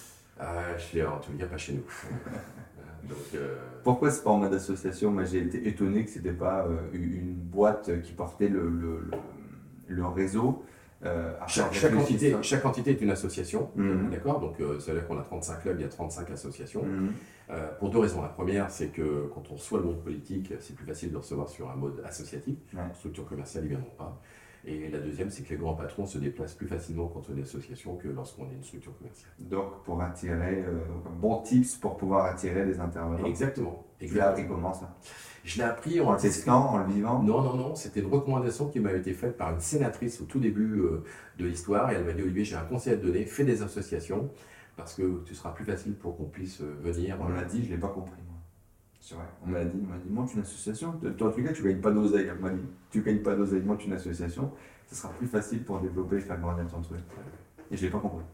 Euh, je l'ai en tout cas pas chez nous. Donc, euh, Pourquoi ce format d'association? Moi, j'ai été étonné que ce n'était pas euh, une boîte qui portait le, le, le, le réseau. Euh, à chaque, faire chaque, réfléchir entité, ça. chaque entité est une association, Mhm. d'accord? Donc, euh, ça veut dire qu'on a trente-cinq clubs, il y a trente-cinq associations. Mhm. Euh, pour deux raisons. La première, c'est que quand on reçoit le monde politique, c'est plus facile de recevoir sur un mode associatif. Ouais. Structure commerciale, ils ne viendront pas. Et la deuxième, c'est que les grands patrons se déplacent plus facilement quand on est une association que lorsqu'on est une structure commerciale. Donc, pour attirer, euh, donc un bon tips pour pouvoir attirer des intervenants. Exactement. Tu l'as appris Exactement. comment ça? Je l'ai appris En en le testant, en le vivant? Non, non, non, c'était une recommandation qui m'avait été faite par une sénatrice au tout début euh, de l'histoire. Et elle m'a dit, Olivier, j'ai un conseil à te donner, fais des associations, parce que tu seras plus facile pour qu'on puisse euh, venir. On me l'a dit, je ne l'ai pas compris. Moi. C'est vrai. On me l'a dit, on m'a dit, monte une association. Toi, en tout cas, tu ne gagnes pas d'oseille. Elle m'a dit, tu ne gagnes pas d'oseille, monte une association. Ce sera plus facile pour développer et faire grandir ton truc. Et je ne l'ai pas compris.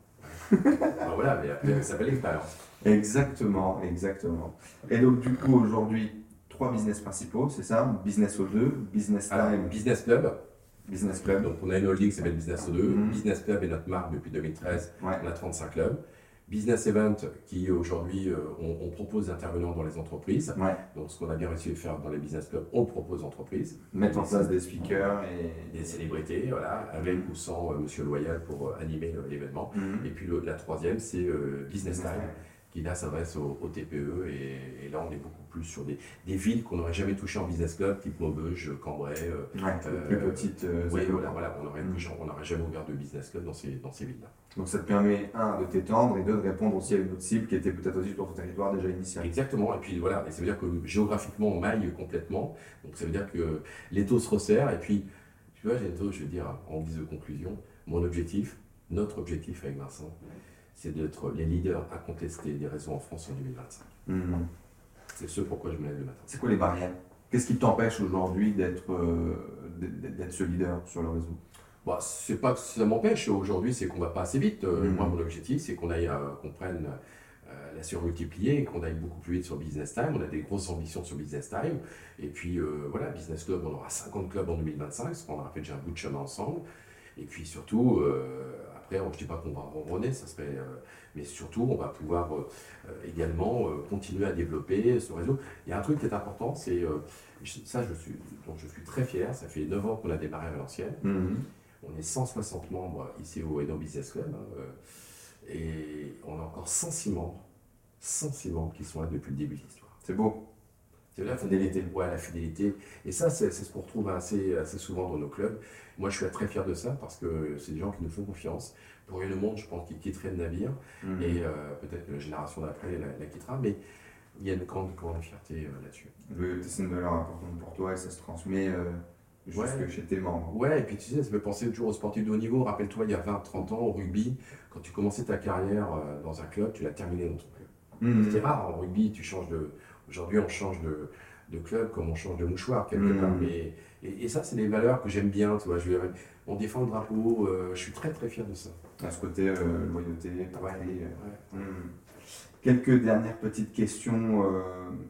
Ben voilà, mais après, ça s'appelle l'expérience. Exactement, exactement. Et donc, du coup, aujourd'hui, trois business principaux, c'est ça? Business O deux, Business Alors, Time, Business Club, Business Club. donc on a une holding qui s'appelle Business O deux. Mhm. Business Club est notre marque depuis deux mille treize, Ouais. on a trente-cinq clubs. Business Event, qui aujourd'hui, euh, on, on propose des intervenants dans les entreprises. Ouais. Donc ce qu'on a bien réussi à faire dans les business clubs, on le propose aux entreprises. Mettre en place des speakers et Des célébrités, voilà, avec ou sans euh, Monsieur Loyal pour euh, animer euh, l'événement. Mhm. Et puis le- la troisième, c'est euh, Business Time, qui là s'adresse aux, aux T P E. Et, et là, on est beaucoup plus sur des, des villes qu'on n'aurait jamais touchées en business club, type Maubeuge, Cambrai. euh, Ouais, Euh, plus petites. euh, oui, agglos. voilà, voilà, on n'aurait Mhm. on n'aurait jamais ouvert de business club dans ces, dans ces villes-là. Donc ça te permet, un, de t'étendre et deux, de répondre aussi à une autre cible qui était peut-être aussi sur ton territoire déjà initial. Exactement, et puis voilà, et ça veut dire que géographiquement, on maille complètement. Donc ça veut dire que l'étau se resserre. Et puis, tu vois, Gento, je veux dire, en guise de conclusion, mon objectif, notre objectif avec Vincent, c'est d'être les leaders incontestés des réseaux en France en deux mille vingt-cinq. Mhm. C'est ce pourquoi je me lève le matin. C'est quoi les barrières? Qu'est-ce qui t'empêche aujourd'hui d'être euh, d'être d'être ce leader sur le réseau? Bon, c'est pas que ça m'empêche aujourd'hui, c'est qu'on va pas assez vite. Euh, Mhm. Moi, mon objectif, c'est qu'on aille, euh, qu'on prenne euh, la surmultiplier et qu'on aille beaucoup plus vite sur Business Time. On a des grosses ambitions sur Business Time. Et puis euh, voilà, Business Club, on aura cinquante clubs en deux mille vingt-cinq, parce qu'on aura fait déjà un bout de chemin ensemble. Et puis surtout, euh, après, je ne dis pas qu'on va ronronner, ça serait, euh, mais surtout, on va pouvoir euh, euh, également euh, continuer à développer ce réseau. Il y a un truc qui est important, c'est euh, ça, je suis, dont je suis très fier. Ça fait neuf ans qu'on a démarré à Valenciennes. Mhm. On est cent soixante membres ici au Eno Business Club, hein, euh, et on a encore cent six membres, cent six membres qui sont là depuis le début de l'histoire. C'est beau. C'est la fidélité, ouais, la fidélité. Et ça, c'est c'est ce qu'on retrouve assez, assez souvent dans nos clubs. Moi, je suis très fier de ça parce que c'est des gens qui nous font confiance. Pour une monde, je pense qu'ils quitteraient le navire, Mhm. et euh, peut-être que la génération d'après la, la quittera, mais il y a une grande, grande fierté euh, là-dessus. Le- C'est une valeur importante pour toi et ça se transmet euh, jusque Ouais. chez tes membres. Ouais, et puis tu sais, ça fait penser toujours aux sportifs de haut niveau. Rappelle-toi, il y a vingt trente ans, au rugby, quand tu commençais ta carrière euh, dans un club, tu l'as terminé dans ton club. Mhm. C'était rare en rugby, tu changes de. Aujourd'hui, on change de, de club comme on change de mouchoir quelque Mmh. part. Mais, et, et ça, c'est des valeurs que j'aime bien. Tu vois. Je, on défend le drapeau, euh, je suis très très fier de ça. À ce côté, euh, loyauté, patrie. Ouais, euh. ouais. Mmh. Quelques dernières petites questions euh,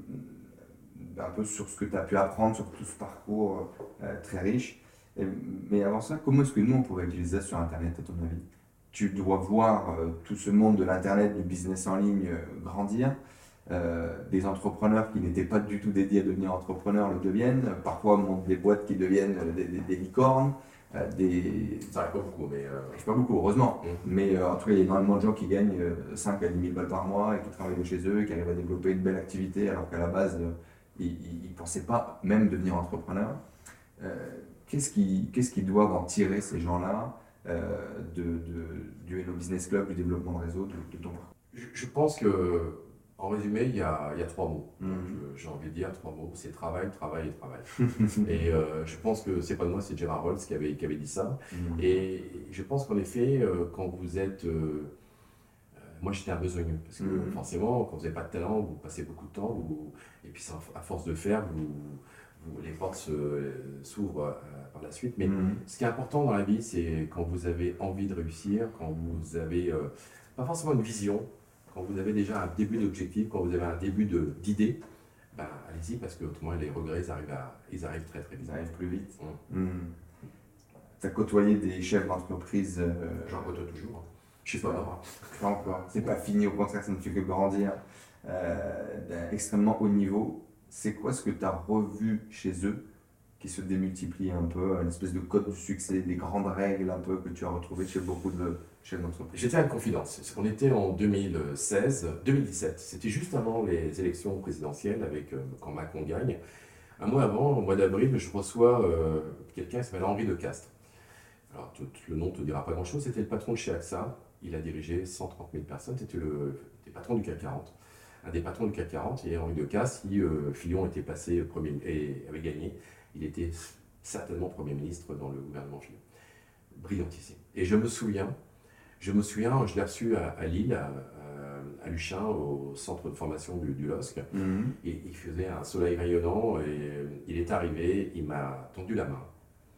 un peu sur ce que tu as pu apprendre sur tout ce parcours euh, très riche. Et- mais avant ça, comment est-ce que nous, on pourrait utiliser ça sur Internet, à ton avis? Tu dois voir euh, tout ce monde de l'Internet, du business en ligne euh, grandir. Euh, des entrepreneurs qui n'étaient pas du tout dédiés à devenir entrepreneurs le deviennent. Euh, Parfois, montent des boîtes qui deviennent euh, des, des- des licornes. Euh, des... Ça arrive pas beaucoup, mais. Euh... Je pas beaucoup, heureusement. Mmh. Mais euh, en tout cas, il y a énormément de gens qui gagnent euh, cinq à dix mille balles par mois et qui travaillent de chez eux et qui arrivent à développer une belle activité alors qu'à la base, euh, ils ne pensaient pas même devenir entrepreneurs. Euh, qu'est-ce qu'ils qu'est-ce qu'ils doivent en tirer, ces gens-là, euh, de, de, du Hello Business Club, du développement de réseau, de, de ton parcours? Je, je pense que, en résumé, il y a, il y a trois mots. Mhm. Je- J'ai envie de dire trois mots, c'est travail, travail et travail. Et euh, je pense que c'est pas de moi, c'est Gérard Rolls qui avait, qui avait dit ça. Mhm. Et je pense qu'en effet, euh, quand vous êtes... euh, euh, moi, j'étais un besogneux, parce que Mhm. forcément, quand vous n'avez pas de talent, vous passez beaucoup de temps, vous- et puis c'est à force de faire, vous, vous- les portes se- s'ouvrent euh, par la suite. Mais Mhm. ce qui est important dans la vie, c'est quand vous avez envie de réussir, quand vous avez, euh, pas forcément une vision, quand vous avez déjà un début d'objectif, quand vous avez un début de- d'idée, ben, allez-y, parce que autrement les regrets, ils arrivent, à- ils arrivent très très vite. Ça arrive plus vite. Mmh. Mhm. Tu as côtoyé des chefs d'entreprise. euh, J'en côtoie toujours. Je suis pas mort. Pas encore. C'est pas fini, au contraire, ça ne fait que grandir. Euh, d'un extrêmement haut niveau. C'est quoi ce que tu as revu chez eux qui se démultiplie un peu, une espèce de code du succès, des grandes règles un peu que tu as retrouvées chez beaucoup de chefs d'entreprise? J'étais à une confidence. On était en deux mille seize, deux mille dix-sept. C'était juste avant les élections présidentielles, avec, euh, quand Macron gagne. Un mois avant, au mois d'avril, je reçois euh, quelqu'un qui s'appelle Henri de Castres. Alors, tout, tout le nom ne te dira pas grand-chose. C'était le patron de chez A X A. Il a dirigé cent trente mille personnes. C'était le des patrons du C A C quarante. Un des patrons du C A C quarante. Et Henri de Castres, si euh, Fillon était passé premier et avait gagné, il était certainement Premier ministre dans le gouvernement Fillon. Brillantissime. Et je me souviens, je me souviens, je l'ai reçu à, à Lille, à, à, à Luchin, au centre de formation du, du L O S C. Mhm. Et il faisait un soleil rayonnant et il est arrivé, il m'a tendu la main.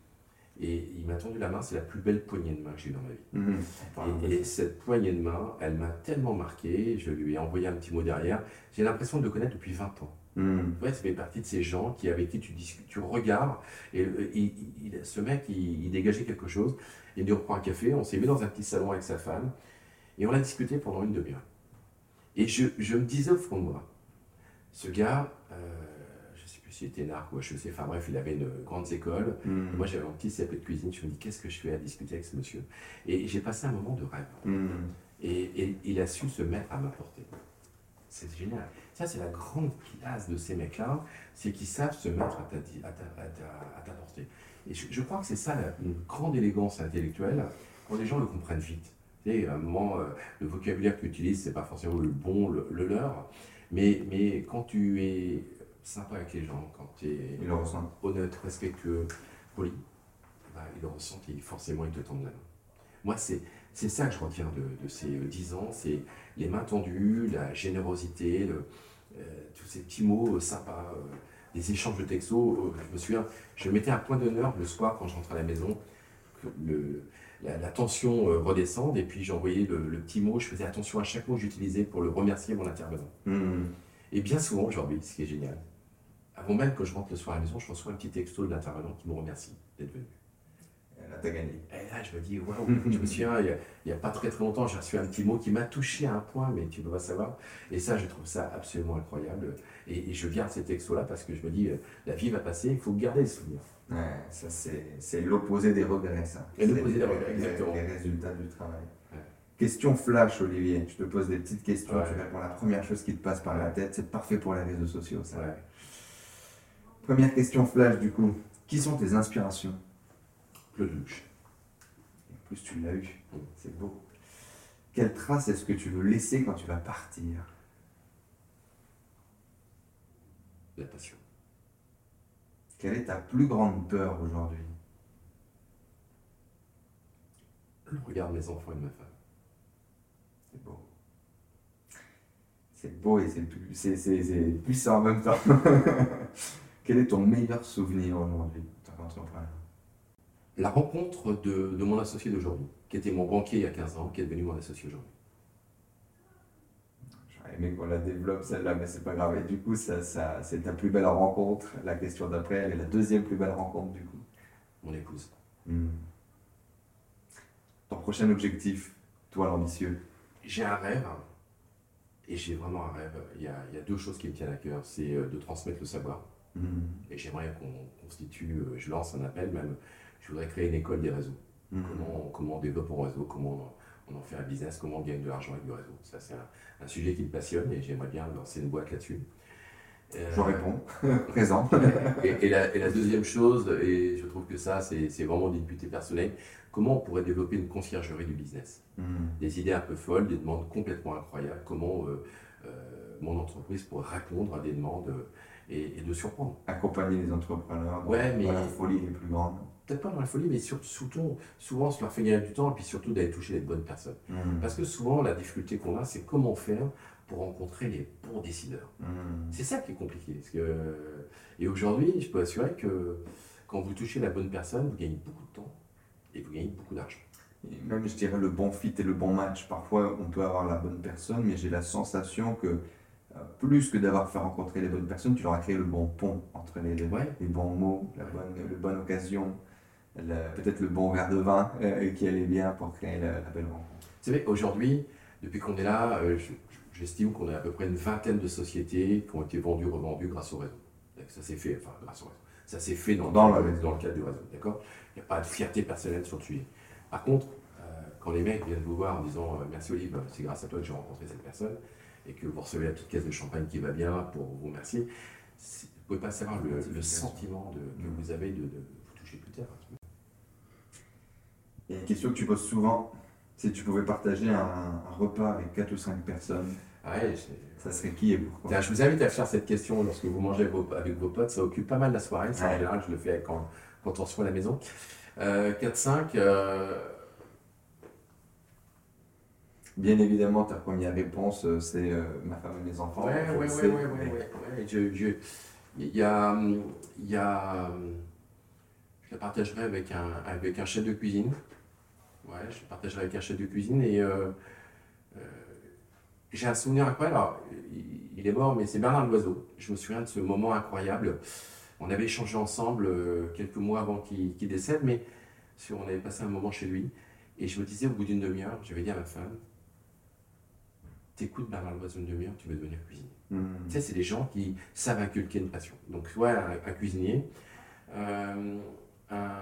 Et il m'a tendu la main, c'est la plus belle poignée de main que j'ai eue dans ma vie. Mhm. Et, et cette poignée de main, elle m'a tellement marqué, je lui ai envoyé un petit mot derrière. J'ai l'impression de le connaître depuis vingt ans. Mhm. Ouais, ça fait partie de ces gens qui, avec qui tu discutes, tu regardes, et euh, il- il- ce mec, il, il dégageait quelque chose. Il dit, on prend un café, on s'est mis dans un petit salon avec sa femme, et on a discuté pendant une demi-heure. Et je, je me disais au fond de moi, ce gars, euh, je ne sais plus s'il était narc ou H E C, enfin bref, il avait une grande école. Mhm. Moi, j'avais un petit C A P de cuisine, je me dis, qu'est-ce que je fais à discuter avec ce monsieur? Et j'ai passé un moment de rêve. Mhm. Et, et il a su se mettre à ma portée. C'est génial. Ça, c'est la grande classe de ces mecs-là, c'est qu'ils savent se mettre à ta, di- à ta, à ta- à ta portée. Et je, je crois que c'est ça, la- une grande élégance intellectuelle, quand les gens le comprennent vite. Tu sais, à un moment, euh, le vocabulaire que tu utilises, c'est pas forcément le bon, le, le leur, mais, mais quand tu es sympa avec les gens, quand tu es Ils le ressentent. honnête, respectueux, poli, bah, ils le ressentent et forcément ils te tendent la main. Moi, c'est c'est ça que je retiens de, de ces euh, dix ans, c'est les mains tendues, la générosité, le- euh, tous ces petits mots euh, sympas, euh, les échanges de textos. Euh, je me souviens, je mettais un point d'honneur le soir quand je rentrais à la maison, que le- la, la tension euh, redescende, et puis j'envoyais le, le petit mot, je faisais attention à chaque mot que j'utilisais pour le remercier mon intervenant. Mhm. Et bien souvent aujourd'hui, ce qui est génial, avant même que je rentre le soir à la maison, je reçois un petit texto de l'intervenant qui me remercie d'être venu. Là, t'as gagné. Et là, je me dis, waouh, je me souviens, il n'y a, a pas très très longtemps, j'ai reçu un petit mot qui m'a touché à un point, mais tu ne peux pas savoir. Et ça, je trouve ça absolument incroyable. Et, et je garde ces textos-là parce que je me dis, euh, la vie va passer, il faut garder les souvenirs. Ouais, ça c'est c'est l'opposé des regrets, ça. Et l'opposé C'est des regrets, les- exactement. Les résultats du travail. Ouais. Question flash, Olivier. Je te pose des petites questions, Ouais. tu réponds à la première chose qui te passe par la tête. C'est parfait pour les réseaux sociaux, ça. Ouais. Première question flash, du coup. Qui sont tes inspirations? Claude Luche. En plus, tu l'as eu. Mm. C'est beau. Quelle trace est-ce que tu veux laisser quand tu vas partir? La passion. Quelle est ta plus grande peur aujourd'hui? Le regard de mes enfants et de ma femme. C'est beau. C'est beau et c'est pu- c'est- c'est- c'est puissant en même temps. Quel est ton meilleur souvenir aujourd'hui en tant qu'entrepreneur? La rencontre de, de mon associé d'aujourd'hui, qui était mon banquier il y a quinze ans, qui est devenu mon associé aujourd'hui. J'aurais aimé qu'on la développe celle-là, mais c'est pas grave. Et du coup, ça, ça, c'est ta plus belle rencontre. La question d'après, elle est la deuxième plus belle rencontre du coup. Mon épouse. Hmm. Ton prochain objectif, toi l'ambitieux? J'ai un rêve, et j'ai vraiment un rêve. Il y a, il y a deux choses qui me tiennent à cœur. C'est euh, de transmettre le savoir. Hmm. Et j'aimerais qu'on constitue, euh, je lance un appel même, je voudrais créer une école des réseaux. Hmm. Comment, comment on développe un réseau, comment on en fait un business, comment on gagne de l'argent avec le réseau. Ça, c'est un, un sujet qui me passionne et j'aimerais bien lancer une boîte là-dessus. Euh, Je réponds, présent. et, et, la, et la deuxième chose, et je trouve que ça, c'est c'est vraiment des buts personnels, comment on pourrait développer une conciergerie du business. Hmm. Des idées un peu folles, des demandes complètement incroyables, comment euh, euh, mon entreprise pourrait répondre à des demandes euh, et, et de surprendre. Accompagner les entrepreneurs dans, Ouais, mais- dans la folie les plus grandes. Peut-être pas dans la folie, mais sur- surtout, souvent, ça leur fait gagner du temps et puis surtout d'aller toucher les bonnes personnes. Hmm. Parce que souvent, la difficulté qu'on a, c'est comment faire pour rencontrer les bons décideurs. Hmm. C'est ça qui est compliqué. Parce que... Et aujourd'hui, je peux assurer que quand vous touchez la bonne personne, vous gagnez beaucoup de temps et vous gagnez beaucoup d'argent. Et même, je dirais, le bon fit et le bon match. Parfois, on peut avoir la bonne personne, mais j'ai la sensation que euh, plus que d'avoir fait rencontrer les bonnes personnes, tu leur as créé le bon pont entre les deux. Ouais. Les bons mots, la bonne, la bonne occasion, la- peut-être le bon verre de vin euh, qui allait bien pour créer la, la belle rencontre. Vous savez, aujourd'hui, depuis qu'on est là, euh, je- j'estime qu'on a à peu près une vingtaine de sociétés qui ont été vendues, revendues grâce au réseau. Ça s'est fait, enfin, grâce au réseau. Ça s'est fait dans, Dans dans le le, réseau. dans le cadre du réseau, d'accord? Il n'y a pas de fierté personnelle sur le sujet. Par contre, euh, quand les mecs viennent vous voir en disant euh, merci Olive, c'est grâce à toi que j'ai rencontré cette personne, et que vous recevez la petite caisse de champagne qui va bien pour vous remercier, c'est- vous ne pouvez pas savoir le, le sentiment de, que Mm. vous avez de, de vous toucher plus terre. Il y a une question que tu poses souvent, si tu pouvais partager un, un repas avec quatre ou cinq personnes, Ouais, c'est- ça serait qui et pourquoi? Tiens, je vous invite à faire cette question lorsque vous mangez avec vos, avec vos potes, ça occupe pas mal la soirée, ça, en Ouais. général je le fais quand, quand on reçoit à la maison. Euh, quatre cinq, euh, Bien évidemment, ta première réponse, euh, c'est euh, ma femme et mes enfants. ouais, je ouais, le ouais, sais, ouais, ouais, mais- ouais, ouais, je- je- il y a, hum, il y a, hum, je la partagerai avec un, avec un chef de cuisine, ouais, je la partagerai avec un chef de cuisine et euh, euh, j'ai un souvenir incroyable, alors, il, il est mort, mais c'est Bernard Loiseau, je me souviens de ce moment incroyable. On avait échangé ensemble euh, quelques mois avant qu'il qu'il décède, mais sur, on avait passé un moment chez lui. Et je me disais, au bout d'une demi-heure, j'avais dit à ma femme, t'écoutes Bernard Loiseau une demi-heure, tu veux devenir cuisinier. Hmm. Tu sais, c'est des gens qui savent inculquer une passion. Donc, soit un, un cuisinier, euh, un...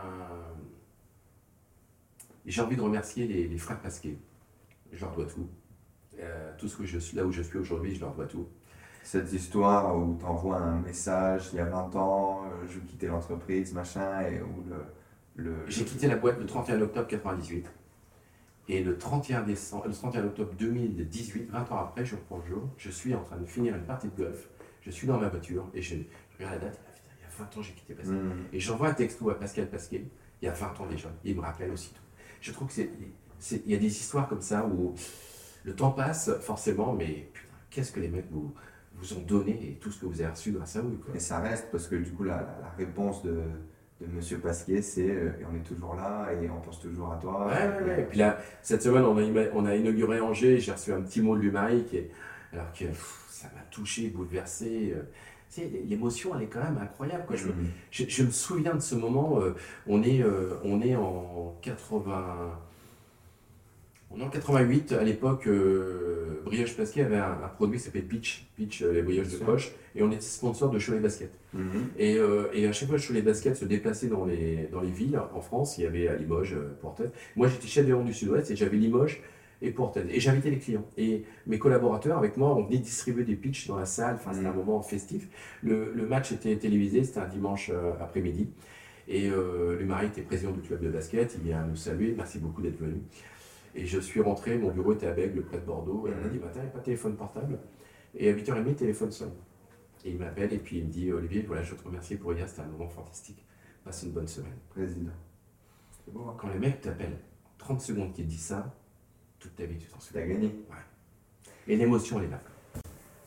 j'ai envie de remercier les, les frères Pasquet. Je leur dois tout. Euh, tout ce que je suis, là où je suis aujourd'hui, je leur dois tout. Cette histoire où tu envoies un message il y a vingt ans, euh, je quittais l'entreprise, machin, et où le. le J'ai quitté la boîte le trente et un octobre quatre-vingt-dix-huit. Et le trente et un décembre, le trente et un octobre deux mille dix-huit, vingt ans après, jour pour jour, je suis en train de finir une partie de golf. Je suis dans ma voiture et je, je regarde la date. Ah, putain, il y a vingt ans, j'ai quitté Pascal. Hmm. Et j'envoie un texto à Pascal Pasquet, il y a vingt ans déjà. Il me rappelle aussitôt. Je trouve que c'est, c'est- il y a des histoires comme ça où le temps passe forcément, mais putain, qu'est-ce que les mecs vous, vous ont donné et tout ce que vous avez reçu grâce à eux, quoi. Et ça reste parce que du coup, la, la- la réponse de, de Monsieur Pasquier, c'est euh, et on est toujours là et on pense toujours à toi. Ouais, ouais, ouais. Et Et- puis là, cette semaine, on a, ima- on a inauguré Angers et j'ai reçu un petit mot de Lumari qui est, alors que pff, ça m'a touché, bouleversé. euh. Tu sais, l'émotion, elle est quand même incroyable, quoi. Je, me- Hmm. je, je me souviens de ce moment, euh, on, est, euh, on est en quatre-vingts... On est en quatre-vingt-huit, à l'époque, euh, Brioche Pasquier avait un, un produit qui s'appelait Pitch, Pitch, euh, les brioches de Bien sûr. poche, et on était sponsor de Cholet Basket. Mhm. Et, euh, et à chaque fois que Cholet Basket se déplaçait dans les, dans les villes en France, il y avait à Limoges, euh, Portel. Moi, j'étais chef des ventes du Sud-Ouest et j'avais Limoges et Portel. Et j'invitais les clients. Et mes collaborateurs, avec moi, on venait distribuer des pitchs dans la salle. Enfin, c'était un Mhm. moment festif. Le, le match était télévisé, c'était un dimanche euh, après-midi. Et euh, Lumari était président du club de basket. Il vient nous saluer. Merci beaucoup d'être venu. Et je suis rentré, mon bureau était à Bègles, près de Bordeaux. Et Mhm. lundi matin, il n'y a pas de téléphone portable. Et à huit heures trente, le téléphone sonne. Et il m'appelle et puis il me dit Olivier, voilà, je veux te remercier pour hier, c'était un moment fantastique. Passe une bonne semaine. Président. C'est beau, hein. Quand le mec t'appelle, trente secondes qu'il te dit ça, toute ta vie, tu t'en T'as souviens. gagné. Et l'émotion, elle est là.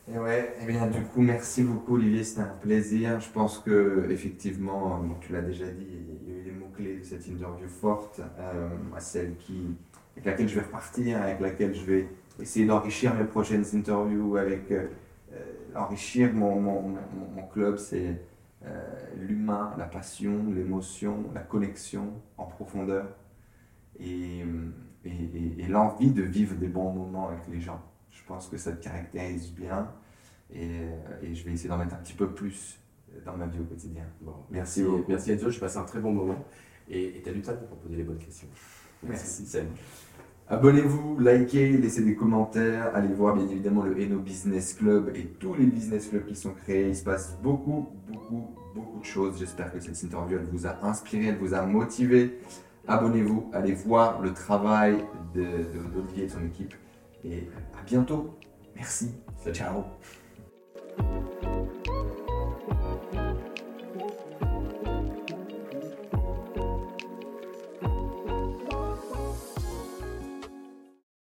Et ouais, eh bien, du coup, merci beaucoup Olivier, c'était un plaisir. Je pense que effectivement, bon, tu l'as déjà dit, il y a eu les mots-clés de cette interview forte, euh, celle qui, avec laquelle je vais repartir, avec laquelle je vais essayer d'enrichir mes prochaines interviews, avec euh, euh, enrichir mon, mon, mon, mon club, c'est euh, l'humain, la passion, l'émotion, la connexion en profondeur et, et, et, et l'envie de vivre des bons moments avec les gens. Je pense que ça te caractérise bien et, et je vais essayer d'en mettre un petit peu plus dans ma vie au quotidien. Bon, Merci merci, beaucoup. merci Enzo, j'ai passé un très bon moment et tu as du temps pour poser les bonnes questions. Merci. Salut. Abonnez-vous, likez, laissez des commentaires, allez voir bien évidemment le Eno Business Club et tous les business clubs qui sont créés. Il se passe beaucoup, beaucoup, beaucoup de choses. J'espère que cette interview elle vous a inspiré, elle vous a motivé. Abonnez-vous, allez voir le travail de, de, d'Olivier et de son équipe. Et à bientôt. Merci. Salut. Ciao.